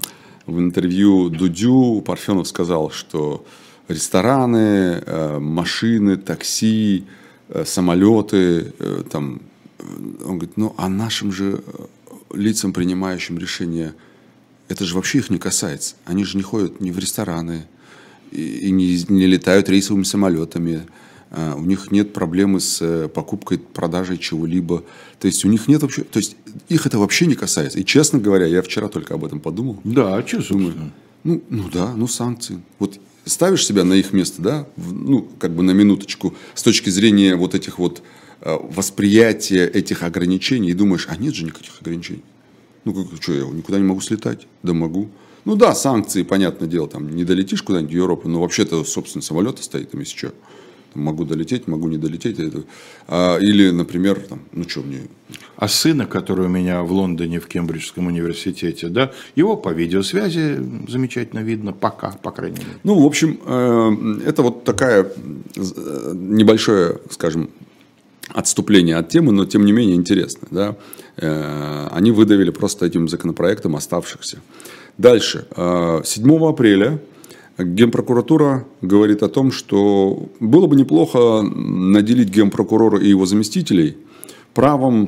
[SPEAKER 2] в интервью Дудю Парфенов сказал, что рестораны, машины, такси, самолеты, там, он говорит, ну а нашим же лицам, принимающим решения, это же вообще их не касается. Они же не ходят ни в рестораны, и не, не летают рейсовыми самолетами. У них нет проблемы с покупкой, продажей чего-либо. То есть у них нет вообще, то есть их это вообще не касается. И честно говоря, я вчера только об этом подумал.
[SPEAKER 1] Да, а что, собственно?
[SPEAKER 2] Ну, ну да, ну санкции. Вот ставишь себя на их место, да, ну как бы на минуточку, с точки зрения вот этих вот восприятия этих ограничений, и думаешь, а нет же никаких ограничений. Ну как, что, я никуда не могу слетать? Да могу. Ну да, санкции, понятное дело, там не долетишь куда-нибудь в Европу, но вообще-то, собственно, самолет стоит, там если что. Могу долететь, могу не долететь. Это. А, или, например, там, ну что мне...
[SPEAKER 1] А сына, который у меня в Лондоне, в Кембриджском университете, да, его по видеосвязи замечательно видно, пока, по крайней мере.
[SPEAKER 2] Ну, в общем, э, это вот такая э, небольшое, скажем, отступление от темы, но тем не менее интересно. Да? Э, они выдавили просто этим законопроектом оставшихся. Дальше. Э, седьмого апреля Генпрокуратура говорит о том, что было бы неплохо наделить генпрокурора и его заместителей правом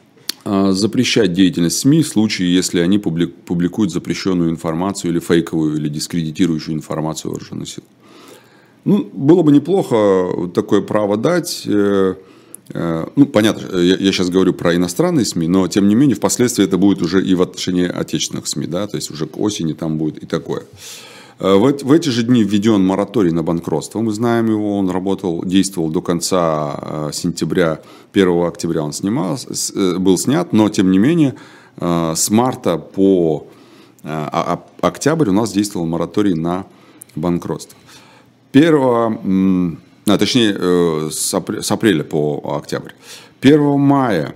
[SPEAKER 2] э, запрещать деятельность СМИ в случае, если они публик, публикуют запрещенную информацию или фейковую, или дискредитирующую информацию вооруженных сил. Ну, было бы неплохо такое право дать. Э, э, ну, понятно, я, я сейчас говорю про иностранные СМИ, но тем не менее впоследствии это будет уже и в отношении отечественных СМИ, да, то есть уже к осени там будет и такое. В эти же дни введен мораторий на банкротство. Мы знаем его, он работал, действовал до конца сентября, первого октября он снимал, был снят, но тем не менее с марта по октябрь у нас действовал мораторий на банкротство. Первого, а, точнее с апреля по октябрь. первого мая.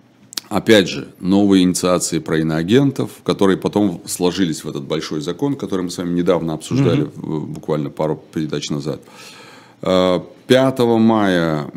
[SPEAKER 2] Опять же, новые инициации про иноагентов, которые потом сложились в этот большой закон, который мы с вами недавно обсуждали, mm-hmm. буквально пару передач назад. пятого мая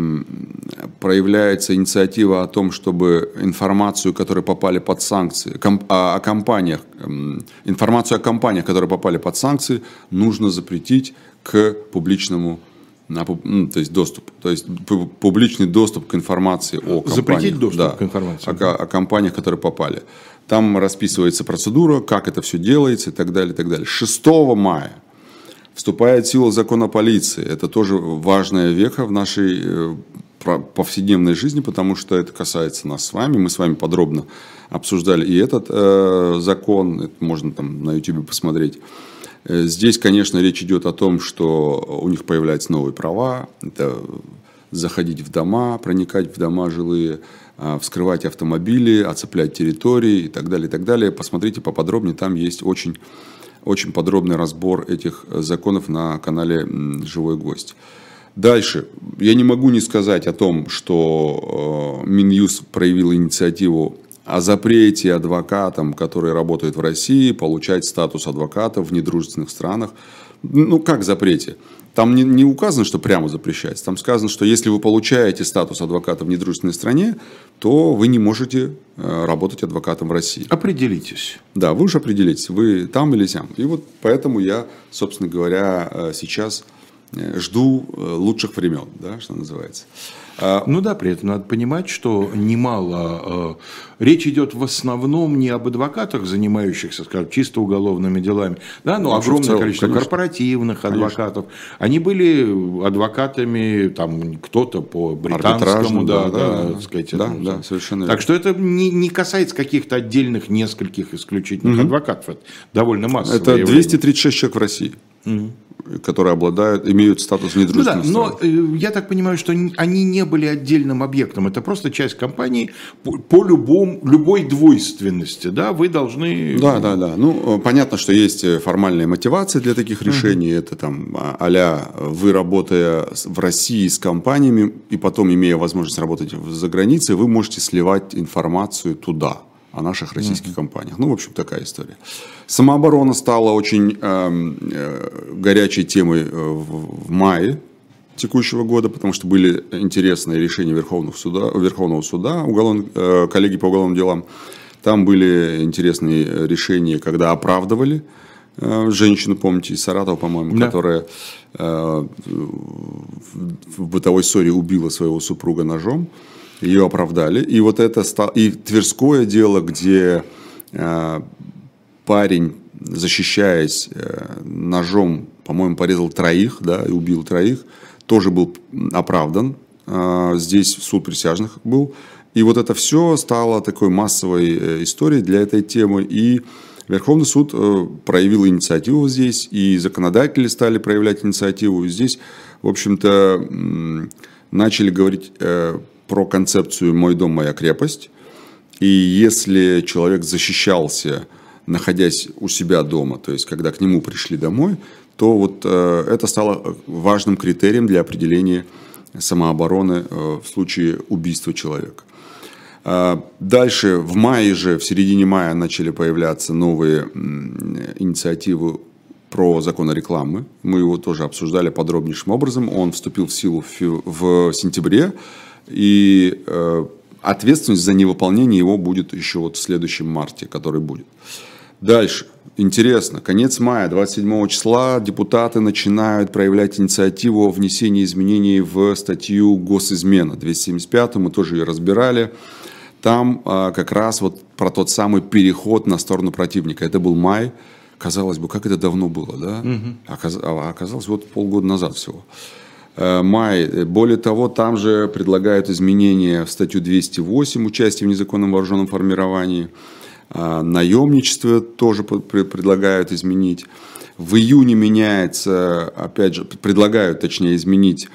[SPEAKER 2] проявляется инициатива о том, чтобы информацию, которые попали под санкции, о компаниях, информацию о компаниях, которые попали под санкции, нужно запретить к публичному ну, то есть доступ, то есть публичный доступ к информации о компаниях.
[SPEAKER 1] Запретить доступ
[SPEAKER 2] да,
[SPEAKER 1] к информации.
[SPEAKER 2] О, о компаниях, которые попали. Там расписывается процедура, как это все делается и так далее, и так далее. шестого мая вступает в силу закон о полиции. Это тоже важная веха в нашей повседневной жизни, потому что это касается нас с вами. Мы с вами подробно обсуждали и этот э, закон, это можно там на ютубе посмотреть. Здесь, конечно, речь идет о том, что у них появляются новые права. Это заходить в дома, проникать в дома жилые, вскрывать автомобили, оцеплять территории и так далее, и так далее. Посмотрите поподробнее, там есть очень, очень подробный разбор этих законов на канале «Живой гвоздь». Дальше. Я не могу не сказать о том, что Минюст проявил инициативу о запрете адвокатам, которые работают в России, получать статус адвоката в недружественных странах. Ну, как запрете? Там не, не указано, что прямо запрещается. Там сказано, что если вы получаете статус адвоката в недружественной стране, то вы не можете э, работать адвокатом в России.
[SPEAKER 1] Определитесь.
[SPEAKER 2] Да, вы уже определитесь, вы там или сям. И вот поэтому я, собственно говоря, сейчас жду лучших времен, да, что называется.
[SPEAKER 1] Ну да, при этом надо понимать, что немало, э, речь идет в основном не об адвокатах, занимающихся, скажем, чисто уголовными делами, да, но ну, огромное целом, количество конечно. корпоративных адвокатов. Конечно. Они были адвокатами, там, кто-то по британскому, да, да, да, да, да, сказать,
[SPEAKER 2] да, это, да, совершенно.
[SPEAKER 1] Так что это не, не касается каких-то отдельных нескольких исключительных угу. адвокатов, это довольно массово.
[SPEAKER 2] Это двести тридцать шесть человек в России. Угу. Которые обладают, имеют статус недружественной
[SPEAKER 1] ну, да, страны. Но я так понимаю, что они не были отдельным объектом. Это просто часть компании по, по любому, любой двойственности. Да, вы должны...
[SPEAKER 2] Да, да, да. Ну, понятно, что есть формальная мотивация для таких решений. Uh-huh. Это там а-ля вы, работая в России с компаниями и потом, имея возможность работать за границей, вы можете сливать информацию туда. О наших российских uh-huh. компаниях. Ну, в общем, такая история. Самооборона стала очень э, э, горячей темой в, в мае текущего года, потому что были интересные решения Верховного суда, Верховного суда уголовных, э, коллегии по уголовным делам. Там были интересные решения, когда оправдывали э, женщину, помните, из Саратова, по-моему, да. которая э, в бытовой ссоре убила своего супруга ножом. Ее оправдали. И вот это стало... И Тверское дело, где э, парень, защищаясь э, ножом, по-моему, порезал троих, да, и убил троих, тоже был оправдан. Э, здесь суд присяжных был. И вот это все стало такой массовой историей для этой темы. И Верховный суд проявил инициативу здесь, и законодатели стали проявлять инициативу. И здесь, в общем-то, начали говорить про концепцию «мой дом, моя крепость». И если человек защищался, находясь у себя дома, то есть когда к нему пришли домой, то вот это стало важным критерием для определения самообороны в случае убийства человека. Дальше, в мае же, в середине мая начали появляться новые инициативы про закон о рекламе. Мы его тоже обсуждали подробнейшим образом. Он вступил в силу в сентябре, и ответственность за невыполнение его будет еще вот в следующем марте, который будет. Дальше. Интересно, конец мая, двадцать седьмого числа депутаты начинают проявлять инициативу о внесении изменений в статью госизмена двести семьдесят пятую, мы тоже ее разбирали. Там а, как раз вот про тот самый переход на сторону противника. Это был май. Казалось бы, как это давно было, да? Угу. Оказ... А оказалось, вот полгода назад всего. А, май. Более того, там же предлагают изменения в статью двести восемь «Участие в незаконном вооруженном формировании». А, наемничество тоже предлагают изменить. В июне меняется, опять же, предлагают, точнее, изменить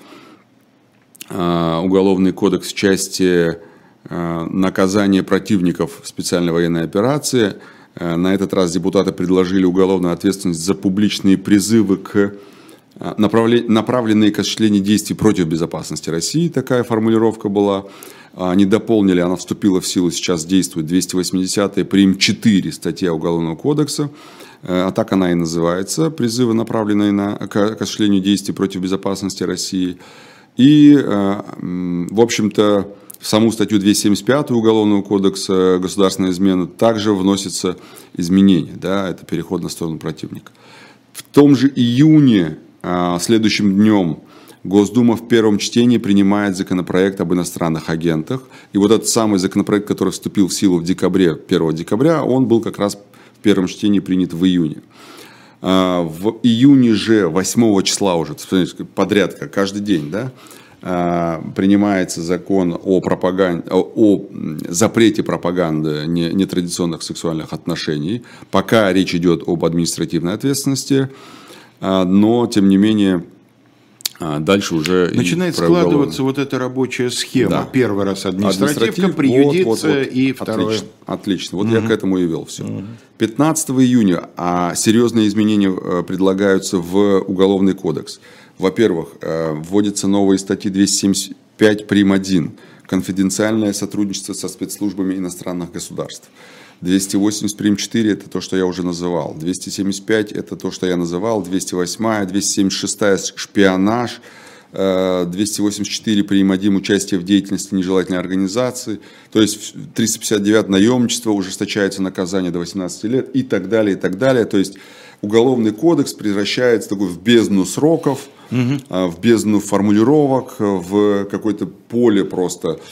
[SPEAKER 2] а, Уголовный кодекс в части наказание противников специальной военной операции. На этот раз депутаты предложили уголовную ответственность за публичные призывы, к, направленные к осуществлению действий против безопасности России. Такая формулировка была. Они дополнили, она вступила в силу, сейчас действует двести восьмидесятая прим. четыре статья Уголовного кодекса. А так она и называется. Призывы, направленные на, к осуществлению действий против безопасности России. И, в общем-то, в саму статью двести семьдесят пятую Уголовного кодекса государственной измены также вносятся изменения. Да, это переход на сторону противника. В том же июне, следующим днем, Госдума в первом чтении принимает законопроект об иностранных агентах. И вот этот самый законопроект, который вступил в силу в декабре, первого декабря, он был как раз в первом чтении принят в июне. В июне же, восьмого числа уже, подряд, как каждый день, да, принимается закон о, пропаганде, о запрете пропаганды нетрадиционных сексуальных отношений. Пока речь идет об административной ответственности, но, тем не менее, дальше уже...
[SPEAKER 1] Начинает складываться вот эта рабочая схема. Да. Первый раз административка, приюдиция, вот, вот, вот. И второе... Отлично,
[SPEAKER 2] отлично. Вот угу. я к этому и вел все. Угу. пятнадцатого июня а серьезные изменения предлагаются в Уголовный кодекс. Во-первых, вводятся новые статьи двести семьдесят пять прим. один. Конфиденциальное сотрудничество со спецслужбами иностранных государств. двести восемьдесят прим. четыре это то, что я уже называл. двести семьдесят пять это то, что я называл. двести восемь, двести семьдесят шесть шпионаж. двести восемьдесят четыре прим. один участие в деятельности нежелательной организации. То есть триста пятьдесят девять наемничество, ужесточается наказание до восемнадцати лет и так далее, и так далее. То есть Уголовный кодекс превращается такой в бездну сроков, угу. в бездну формулировок, в какое-то поле просто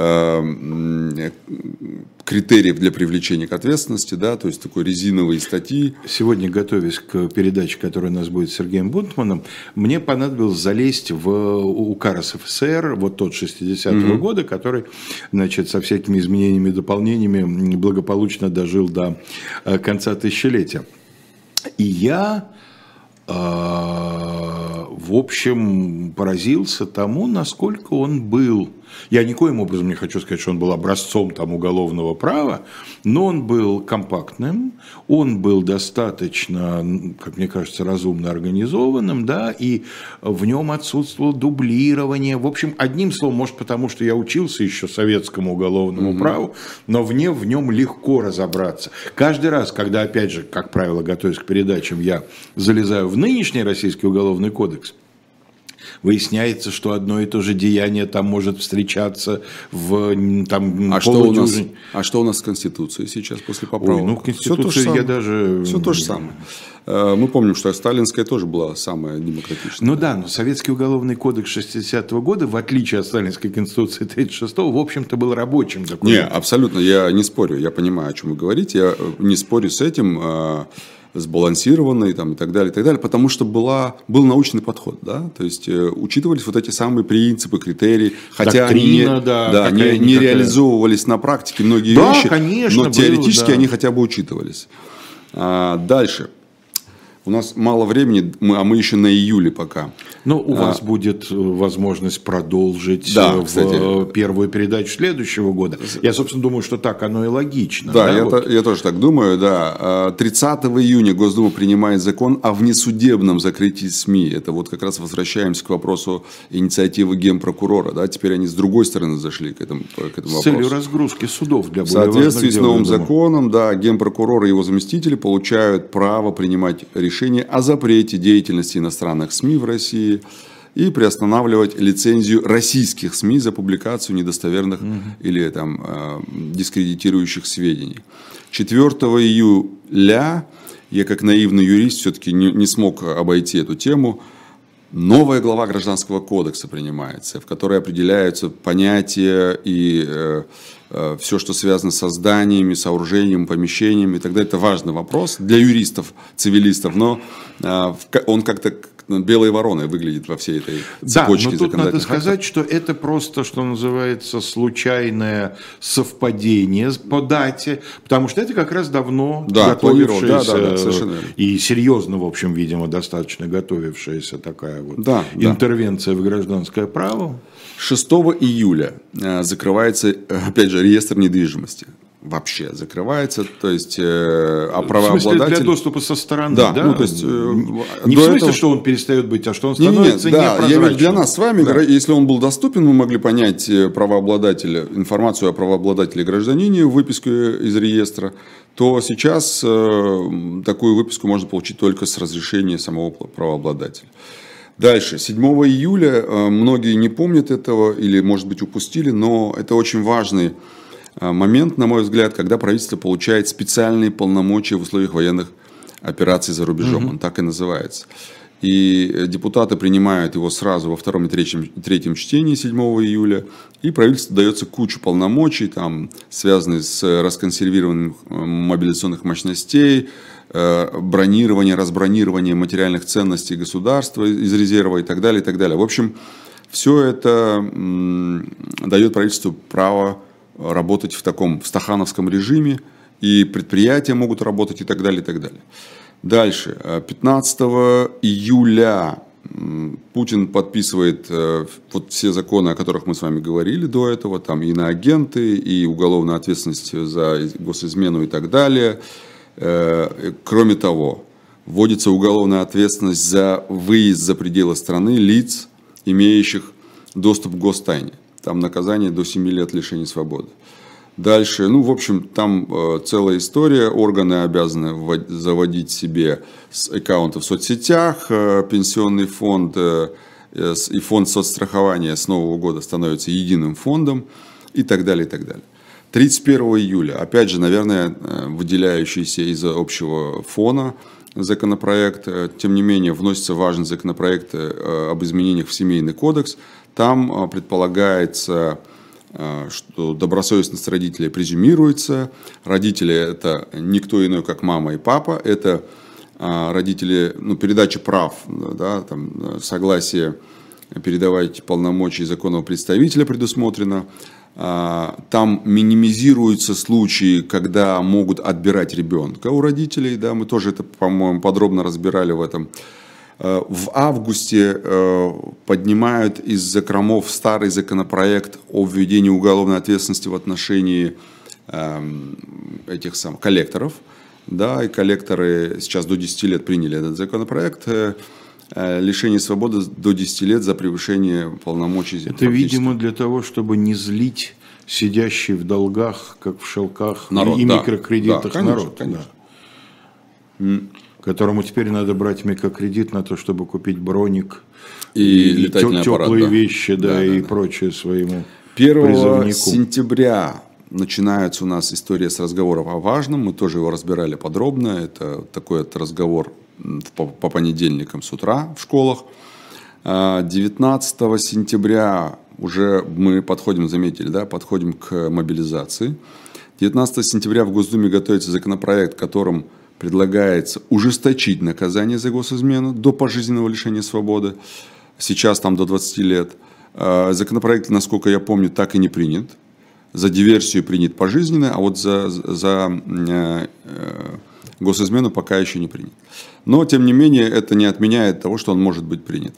[SPEAKER 2] э, критериев для привлечения к ответственности, да, то есть такой резиновые статьи.
[SPEAKER 1] Сегодня, готовясь к передаче, которая у нас будет с Сергеем Бунтманом, мне понадобилось залезть в УК РСФСР, вот тот шестидесятого угу. года, который, значит, со всякими изменениями и дополнениями благополучно дожил до конца тысячелетия. И я, э, в общем, поразился тому, насколько он был. Я никоим образом не хочу сказать, что он был образцом там, уголовного права, но он был компактным, он был достаточно, как мне кажется, разумно организованным, да, и в нем отсутствовало дублирование. В общем, одним словом, может, потому что я учился еще советскому уголовному mm-hmm. праву, но мне в нем легко разобраться. Каждый раз, когда, опять же, как правило, готовясь к передачам, я залезаю в нынешний Российский уголовный кодекс, выясняется, что одно и то же деяние там может встречаться в там,
[SPEAKER 2] а что, у нас, а что у нас с Конституцией сейчас после поправок?
[SPEAKER 1] Ой, ну, в Конституции я даже...
[SPEAKER 2] Все то же самое. Мы помним, что сталинская тоже была самая демократичная.
[SPEAKER 1] Ну да, но Советский уголовный кодекс шестидесятого года, в отличие от сталинской Конституции тридцать шестого, в общем-то, был рабочим документом.
[SPEAKER 2] Не, абсолютно, я не спорю, я понимаю, о чем вы говорите, я не спорю с этим, сбалансированный там, и так далее, и так далее, потому что была, был научный подход, да, то есть э, учитывались вот эти самые принципы, критерии, хотя
[SPEAKER 1] Доктрина,
[SPEAKER 2] они
[SPEAKER 1] да,
[SPEAKER 2] да, не, не реализовывались на практике многие
[SPEAKER 1] да,
[SPEAKER 2] вещи,
[SPEAKER 1] конечно,
[SPEAKER 2] но теоретически
[SPEAKER 1] было, да.
[SPEAKER 2] они хотя бы учитывались. А, дальше. У нас мало времени, мы, а мы еще на июле пока.
[SPEAKER 1] Ну, у
[SPEAKER 2] а,
[SPEAKER 1] вас будет возможность продолжить
[SPEAKER 2] да,
[SPEAKER 1] в
[SPEAKER 2] кстати,
[SPEAKER 1] первую передачу следующего года. Я, собственно, думаю, что так оно и логично.
[SPEAKER 2] Да,
[SPEAKER 1] да
[SPEAKER 2] я,
[SPEAKER 1] вот?
[SPEAKER 2] то, я тоже так думаю, да. тридцатого июня Госдума принимает закон о внесудебном закрытии СМИ. Это вот как раз возвращаемся к вопросу инициативы Генпрокурора. Да? Теперь они с другой стороны зашли к этому, к этому вопросу.
[SPEAKER 1] С целью разгрузки судов для
[SPEAKER 2] В
[SPEAKER 1] более
[SPEAKER 2] соответствии с новым
[SPEAKER 1] дел,
[SPEAKER 2] законом, да, Генпрокурор и его заместители получают право принимать решения о запрете деятельности иностранных СМИ в России и приостанавливать лицензию российских СМИ за публикацию недостоверных угу. или там, э, дискредитирующих сведений. четвёртого июля я, как наивный юрист, все-таки не, не смог обойти эту тему. Новая глава Гражданского кодекса принимается, в которой определяются понятия и э, э, все, что связано с зданиями, сооружением, помещениями и так далее. Это важный вопрос для юристов, цивилистов, но э, он как-то белой вороной выглядит во всей этой цепочке.
[SPEAKER 1] Да, но тут надо сказать, что это просто, что называется, случайное совпадение по дате, потому что это как раз давно
[SPEAKER 2] да,
[SPEAKER 1] готовившаяся
[SPEAKER 2] да, да, да,
[SPEAKER 1] и серьезно, в общем, видимо, достаточно готовившаяся такая вот
[SPEAKER 2] да,
[SPEAKER 1] интервенция да. в гражданское право.
[SPEAKER 2] шестого июля закрывается, опять же, реестр недвижимости. Вообще закрывается, то есть э, а правообладатель...
[SPEAKER 1] В смысле, для доступа со стороны, да?
[SPEAKER 2] да? Ну, то есть, э,
[SPEAKER 1] не в смысле,
[SPEAKER 2] этого...
[SPEAKER 1] что он перестает быть, а что он становится
[SPEAKER 2] не, не, да,
[SPEAKER 1] непрозрачным.
[SPEAKER 2] Я ведь для нас с вами,
[SPEAKER 1] да.
[SPEAKER 2] если он был доступен, мы могли понять правообладателя, информацию о правообладателе гражданине, выписку из реестра, то сейчас э, такую выписку можно получить только с разрешения самого правообладателя. Дальше, седьмого июля, э, многие не помнят этого или, может быть, упустили, но это очень важный момент, на мой взгляд, когда правительство получает специальные полномочия в условиях военных операций за рубежом. Угу. Он так и называется. И депутаты принимают его сразу во втором и третьем, третьем чтении седьмого июля. И правительству дается кучу полномочий, там, связанных с расконсервированием мобилизационных мощностей, бронирование, разбронирование материальных ценностей государства из резерва и так далее, и так далее. В общем, все это м, дает правительству право работать в таком в стахановском режиме, и предприятия могут работать и так далее, и так далее. Дальше, пятнадцатого июля Путин подписывает вот все законы, о которых мы с вами говорили до этого, там и иноагенты, и уголовная ответственность за госизмену и так далее. Кроме того, вводится уголовная ответственность за выезд за пределы страны лиц, имеющих доступ к гостайне. Там наказание до семи лет лишения свободы. Дальше, ну, в общем, там э, целая история. Органы обязаны ввод- заводить себе аккаунты в соцсетях, э, пенсионный фонд э, э, и фонд соцстрахования с нового года становятся единым фондом и так далее, и так далее. тридцать первого июля, опять же, наверное, выделяющийся из общего фона законопроект, тем не менее, вносится важный законопроект об изменениях в Семейный кодекс. Там предполагается, что добросовестность родителей презюмируется. Родители – это никто иной, как мама и папа. Это родители, ну, передача прав, да, там, согласие передавать полномочия законного представителя предусмотрено. Там минимизируются случаи, когда могут отбирать ребенка у родителей. Да, мы тоже это, по-моему, подробно разбирали в этом. В августе поднимают из закромов старый законопроект о введении уголовной ответственности в отношении этих самых коллекторов. Да, и коллекторы сейчас до десяти лет приняли этот законопроект. Лишение свободы до десяти лет за превышение полномочий.
[SPEAKER 1] Это, видимо, для того, чтобы не злить сидящий в долгах, как в шелках народ, и
[SPEAKER 2] да,
[SPEAKER 1] микрокредитах
[SPEAKER 2] да, конечно,
[SPEAKER 1] народ.
[SPEAKER 2] Конечно.
[SPEAKER 1] Да. которому теперь надо брать микрокредит на то, чтобы купить броник
[SPEAKER 2] и,
[SPEAKER 1] и
[SPEAKER 2] летательный
[SPEAKER 1] теплые
[SPEAKER 2] аппарат, да.
[SPEAKER 1] вещи, да,
[SPEAKER 2] Да,
[SPEAKER 1] и
[SPEAKER 2] да, да.
[SPEAKER 1] прочее своему
[SPEAKER 2] первого
[SPEAKER 1] призывнику.
[SPEAKER 2] сентября начинается у нас история с разговоров о важном. Мы тоже его разбирали подробно. Это такой вот разговор по, по понедельникам с утра в школах. девятнадцатого сентября уже мы подходим, заметили, да, подходим к мобилизации. девятнадцатого сентября в Госдуме готовится законопроект, которым предлагается ужесточить наказание за госизмену до пожизненного лишения свободы. Сейчас там до двадцати лет. Законопроект, насколько я помню, так и не принят. За диверсию принят пожизненно, а вот за, за э, э, госизмену пока еще не принят. Но, тем не менее, это не отменяет того, что он может быть принят.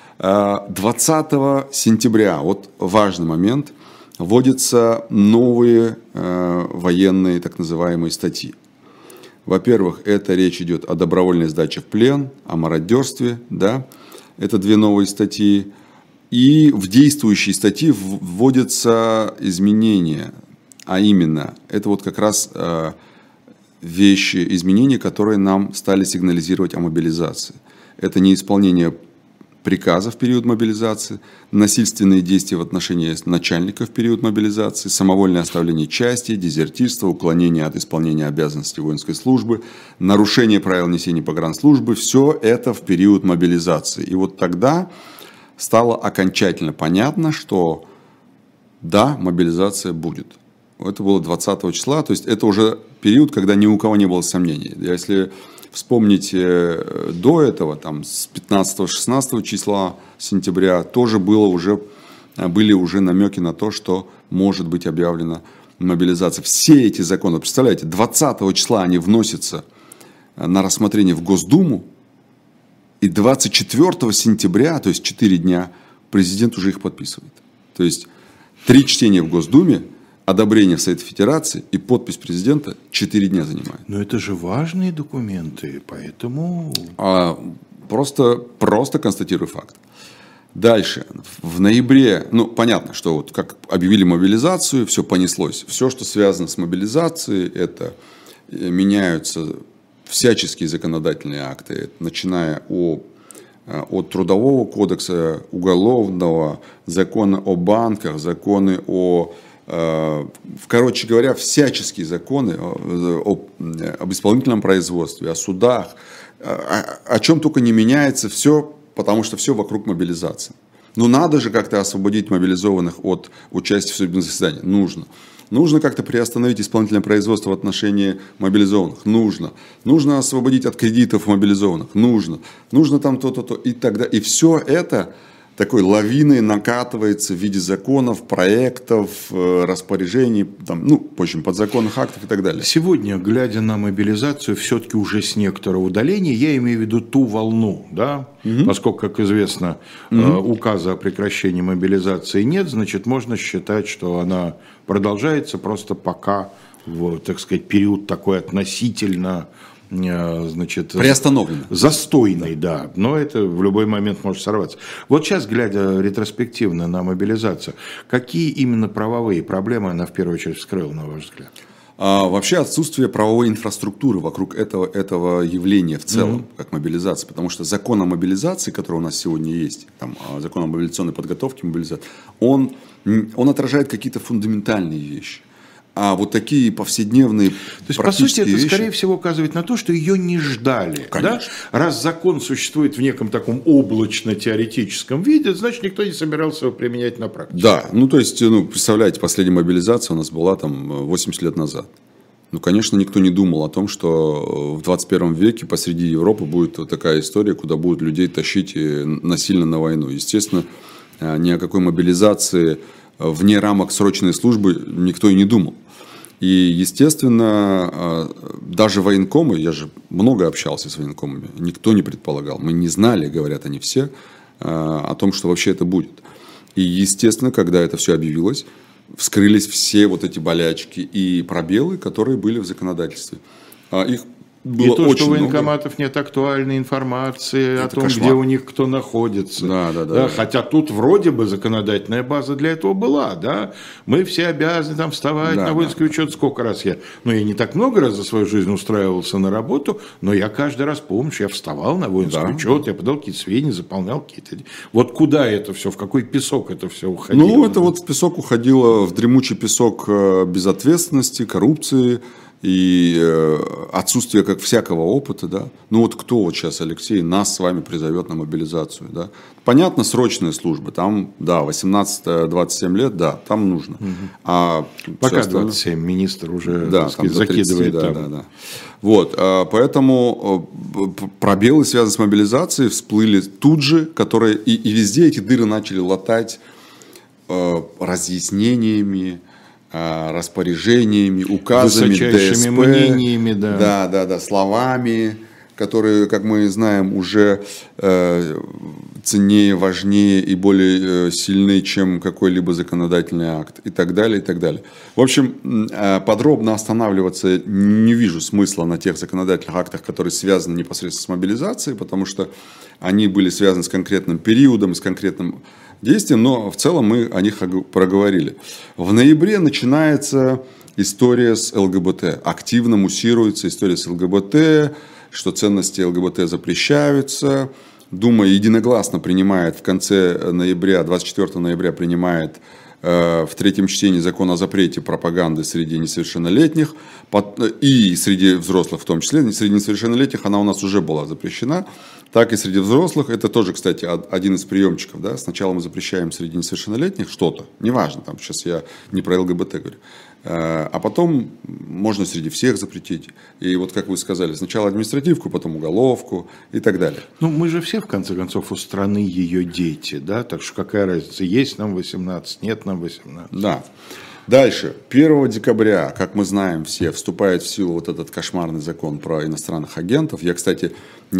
[SPEAKER 2] двадцатого сентября, вот важный момент, вводятся новые э, военные так называемые статьи. Во-первых, это речь идет о добровольной сдаче в плен, о мародерстве, да, это две новые статьи. И в действующие статьи вводятся изменения, а именно, это вот как раз э, вещи, изменения, которые нам стали сигнализировать о мобилизации. Это неисполнение приказа в период мобилизации, насильственные действия в отношении начальника в период мобилизации, самовольное оставление части, дезертирство, уклонение от исполнения обязанностей воинской службы, нарушение правил несения погранслужбы, все это в период мобилизации. И вот тогда стало окончательно понятно, что да, мобилизация будет. Это было двадцатого числа, то есть это уже период, когда ни у кого не было сомнений. Если вспомнить до этого, там, с пятнадцатого-шестнадцатого числа сентября, тоже было уже, были уже намеки на то, что может быть объявлена мобилизация. Все эти законы, представляете, двадцатого числа они вносятся на рассмотрение в Госдуму, и двадцать четвёртого сентября, то есть четыре дня, президент уже их подписывает. То есть три чтения в Госдуме, одобрение в Совете Федерации и подпись президента четыре дня занимает.
[SPEAKER 1] Но это же важные документы, поэтому...
[SPEAKER 2] А, просто, просто констатирую факт. Дальше. В ноябре, ну, понятно, что вот как объявили мобилизацию, все понеслось. Все, что связано с мобилизацией, это меняются всяческие законодательные акты, начиная о, от Трудового кодекса, Уголовного, закона о банках, законы о, короче говоря, всяческие законы о, об исполнительном производстве, о судах, о, о чем только не меняется, все, потому что все вокруг мобилизации. Но надо же как-то освободить мобилизованных от участия в судебном заседании. Нужно. Нужно как-то приостановить исполнительное производство в отношении мобилизованных. Нужно. Нужно освободить от кредитов мобилизованных. Нужно. Нужно там то-то, то. И тогда. И все это такой лавиной накатывается в виде законов, проектов, распоряжений, там, ну, в общем, подзаконных актов и так далее.
[SPEAKER 1] Сегодня, глядя на мобилизацию, все-таки уже с некоторого удаления, я имею в виду ту волну, да, угу. Поскольку, как известно, угу. указа о прекращении мобилизации нет, значит, можно считать, что она продолжается просто пока, в, так сказать, период такой относительно... значит,
[SPEAKER 2] приостановлено.
[SPEAKER 1] Застойный, да. Но это в любой момент может сорваться. Вот сейчас, глядя ретроспективно на мобилизацию, какие именно правовые проблемы она в первую очередь вскрыла, на ваш взгляд?
[SPEAKER 2] А, вообще отсутствие правовой инфраструктуры вокруг этого, этого явления в целом, mm-hmm. как мобилизация. Потому что закон о мобилизации, который у нас сегодня есть, там, закон о мобилизационной подготовке, мобилизации, он, он отражает какие-то фундаментальные вещи. А вот такие повседневные,
[SPEAKER 1] то есть, по сути, это, вещи... скорее всего, указывает на то, что ее не ждали. Да? Раз закон существует в неком таком облачно-теоретическом виде, значит, никто не собирался его применять на практике.
[SPEAKER 2] Да, ну, то есть, ну, представляете, последняя мобилизация у нас была там восемьдесят лет назад. Ну, конечно, никто не думал о том, что в двадцать первом веке посреди Европы будет вот такая история, куда будут людей тащить насильно на войну. Естественно, ни о какой мобилизации вне рамок срочной службы никто и не думал. И, естественно, даже военкомы, я же много общался с военкомами, никто не предполагал, мы не знали, говорят они все, о том, что вообще это будет. И, естественно, когда это все объявилось, вскрылись все вот эти болячки и пробелы, которые были в законодательстве. Их было
[SPEAKER 1] и то,
[SPEAKER 2] очень
[SPEAKER 1] что у
[SPEAKER 2] много.
[SPEAKER 1] военкоматов нет актуальной информации
[SPEAKER 2] Это
[SPEAKER 1] о том,
[SPEAKER 2] кошмар.
[SPEAKER 1] где у них кто находится.
[SPEAKER 2] Да, да, да,
[SPEAKER 1] Да,
[SPEAKER 2] да.
[SPEAKER 1] хотя тут вроде бы законодательная база для этого была. Да? Мы все обязаны там вставать
[SPEAKER 2] Да,
[SPEAKER 1] на воинский
[SPEAKER 2] да,
[SPEAKER 1] учет. Сколько раз я... Ну, я не так много раз за свою жизнь устраивался на работу, но я каждый раз помню, что я вставал на воинский
[SPEAKER 2] Да.
[SPEAKER 1] учет, я подал какие-то сведения, заполнял какие-то... Вот куда это все, в какой песок это все уходило?
[SPEAKER 2] Ну, это вот в песок уходило, в дремучий песок э, безответственности, коррупции и э, отсутствие как всякого опыта, да. Ну вот кто вот сейчас, Алексей, нас с вами призовет на мобилизацию, да. Понятно, срочные службы, там, да, восемнадцать-двадцать семь лет, да, там нужно. Угу. А
[SPEAKER 1] пока
[SPEAKER 2] остальное...
[SPEAKER 1] двадцать семь, министр уже,
[SPEAKER 2] да,
[SPEAKER 1] так сказать,
[SPEAKER 2] там
[SPEAKER 1] закидывает
[SPEAKER 2] тридцать,
[SPEAKER 1] там.
[SPEAKER 2] да, да, да. Вот, поэтому пробелы, связанные с мобилизацией, всплыли тут же, которые и, и везде эти дыры начали латать э, разъяснениями, э, распоряжениями, указами,
[SPEAKER 1] высочайшими
[SPEAKER 2] ДСП,
[SPEAKER 1] мнениями, да.
[SPEAKER 2] Да, да, да, словами, которые, как мы знаем, уже э, ценнее, важнее и более э, сильны, чем какой-либо законодательный акт, и так далее, и так далее. В общем, э, подробно останавливаться не вижу смысла на тех законодательных актах, которые связаны непосредственно с мобилизацией, потому что они были связаны с конкретным периодом, с конкретным действием, но в целом мы о них проговорили. В ноябре начинается история с ЛГБТ, активно муссируется история с ЛГБТ, что ценности ЛГБТ запрещаются. Дума единогласно принимает в конце ноября, двадцать четвёртого ноября принимает э, в третьем чтении закон о запрете пропаганды среди несовершеннолетних под, и среди взрослых в том числе. Среди несовершеннолетних она у нас уже была запрещена, так и среди взрослых. Это тоже, кстати, один из приемчиков. Да? Сначала мы запрещаем среди несовершеннолетних что-то, неважно, там сейчас я не про ЛГБТ говорю. А потом можно среди всех запретить. И вот, как вы сказали, сначала административку, потом уголовку и так далее.
[SPEAKER 1] Ну, мы же все, в конце концов, у страны ее дети, да? Так что какая разница, есть нам восемнадцать, нет нам восемнадцать.
[SPEAKER 2] Да. Дальше. первого декабря, как мы знаем все, вступает в силу вот этот кошмарный закон про иностранных агентов. Я, кстати,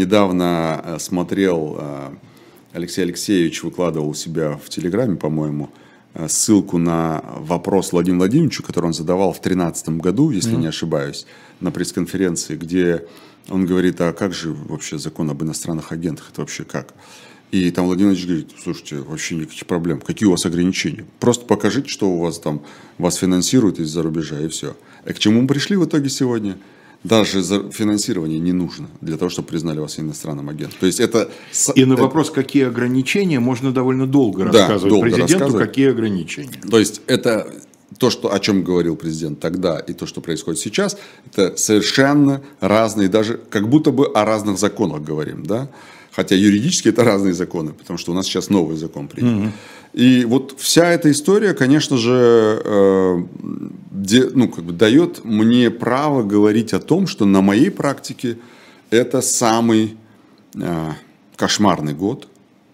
[SPEAKER 2] недавно смотрел, Алексей Алексеевич выкладывал у себя в Телеграме, по-моему, ссылку на вопрос Владимиру Владимировичу, который он задавал в две тысячи тринадцатом году, если mm-hmm. не ошибаюсь, на пресс-конференции, где он говорит, а как же вообще закон об иностранных агентах, это вообще как? И там Владимир Владимирович говорит, слушайте, вообще никаких проблем, какие у вас ограничения? Просто покажите, что у вас там, вас финансируют из-за рубежа, и все. И к чему мы пришли в итоге сегодня? Даже финансирование не нужно для того, чтобы признали вас иностранным агентом. То есть это...
[SPEAKER 1] И на вопрос, какие ограничения, можно довольно долго
[SPEAKER 2] да,
[SPEAKER 1] рассказывать
[SPEAKER 2] долго
[SPEAKER 1] президенту,
[SPEAKER 2] рассказывать.
[SPEAKER 1] Какие ограничения.
[SPEAKER 2] То есть это то, что, о чем говорил президент тогда, и то, что происходит сейчас, это совершенно разные, даже как будто бы о разных законах говорим, да? Хотя юридически это разные законы, потому что у нас сейчас новый закон принят. Mm-hmm. И вот вся эта история, конечно же, э, де, ну, как бы дает мне право говорить о том, что на моей практике это самый э, кошмарный год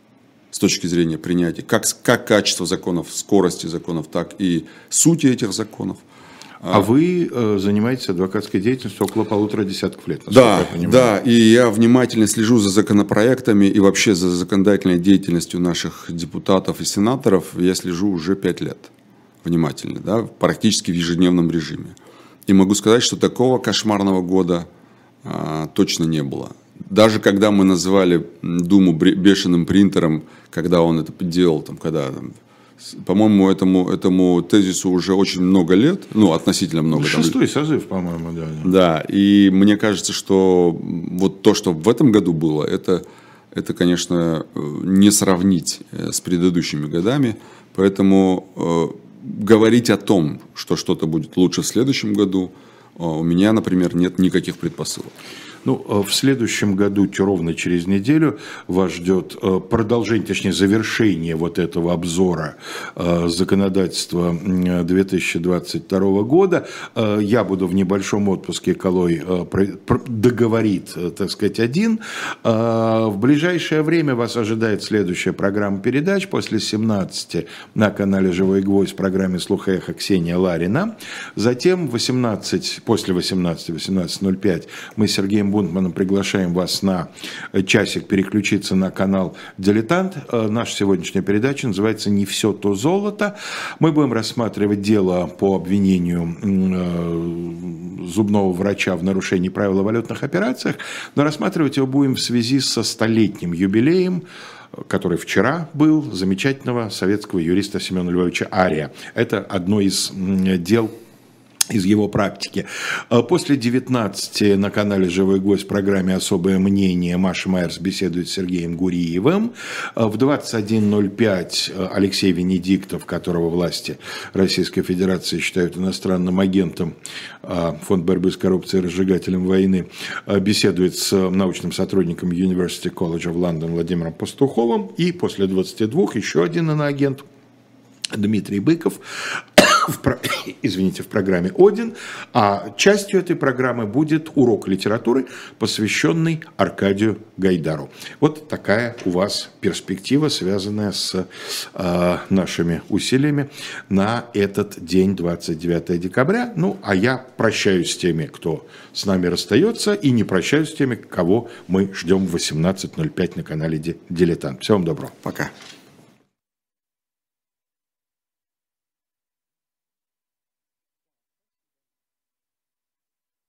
[SPEAKER 2] с точки зрения принятия, как, как качество законов, скорости законов, так и сути этих законов.
[SPEAKER 1] А вы э, занимаетесь адвокатской деятельностью около полутора десятков лет,
[SPEAKER 2] да,
[SPEAKER 1] я понимаю.
[SPEAKER 2] Да, и я внимательно слежу за законопроектами и вообще за законодательной деятельностью наших депутатов и сенаторов. Я слежу уже пять лет внимательно, да, практически в ежедневном режиме. И могу сказать, что такого кошмарного года а, точно не было. Даже когда мы называли Думу бешеным принтером, когда он это делал, там, когда... Там, по-моему, этому, этому тезису уже очень много лет, ну, относительно много.
[SPEAKER 1] Шестой там, созыв, по-моему, да.
[SPEAKER 2] Да, и мне кажется, что вот то, что в этом году было, это, это конечно, не сравнить с предыдущими годами. Поэтому э, говорить о том, что что-то будет лучше в следующем году, э, у меня, например, нет никаких предпосылок.
[SPEAKER 1] Ну, в следующем году, ровно через неделю, вас ждет продолжение, точнее, завершение вот этого обзора законодательства две тысячи двадцать второго года. Я буду в небольшом отпуске, Калой договорит, так сказать, один. В ближайшее время вас ожидает следующая программа передач после семнадцати на канале «Живой гвоздь» в программе «Слух и эхо» Ксения Ларина. Затем в восемнадцать, после восемнадцати, восемнадцать ноль пять мы с Сергеем Бунтманом приглашаем вас на часик переключиться на канал «Дилетант». Наша сегодняшняя передача называется «Не все то золото». Мы будем рассматривать дело по обвинению зубного врача в нарушении правил о валютных операциях, но рассматривать его будем в связи со столетним юбилеем, который вчера был, замечательного советского юриста Семена Львовича Ария. Это одно из дел из его практики. После девятнадцати на канале «Живой гвоздь» в программе «Особое мнение» Маша Майерс беседует с Сергеем Гуриевым. В двадцать один ноль пять Алексей Венедиктов, которого власти Российской Федерации считают иностранным агентом, Фонд борьбы с коррупцией и разжигателем войны, беседует с научным сотрудником University College of London Владимиром Пастуховым. И после двадцати двух еще один иноагент Дмитрий Быков. В, извините, в программе «Один», а частью этой программы будет урок литературы, посвященный Аркадию Гайдару. Вот такая у вас перспектива, связанная с э, нашими усилиями на этот день, двадцать девятого декабря. Ну, а я прощаюсь с теми, кто с нами расстается, и не прощаюсь с теми, кого мы ждем в восемнадцать ноль пять на канале «Дилетант». Всего вам доброго.
[SPEAKER 2] Пока.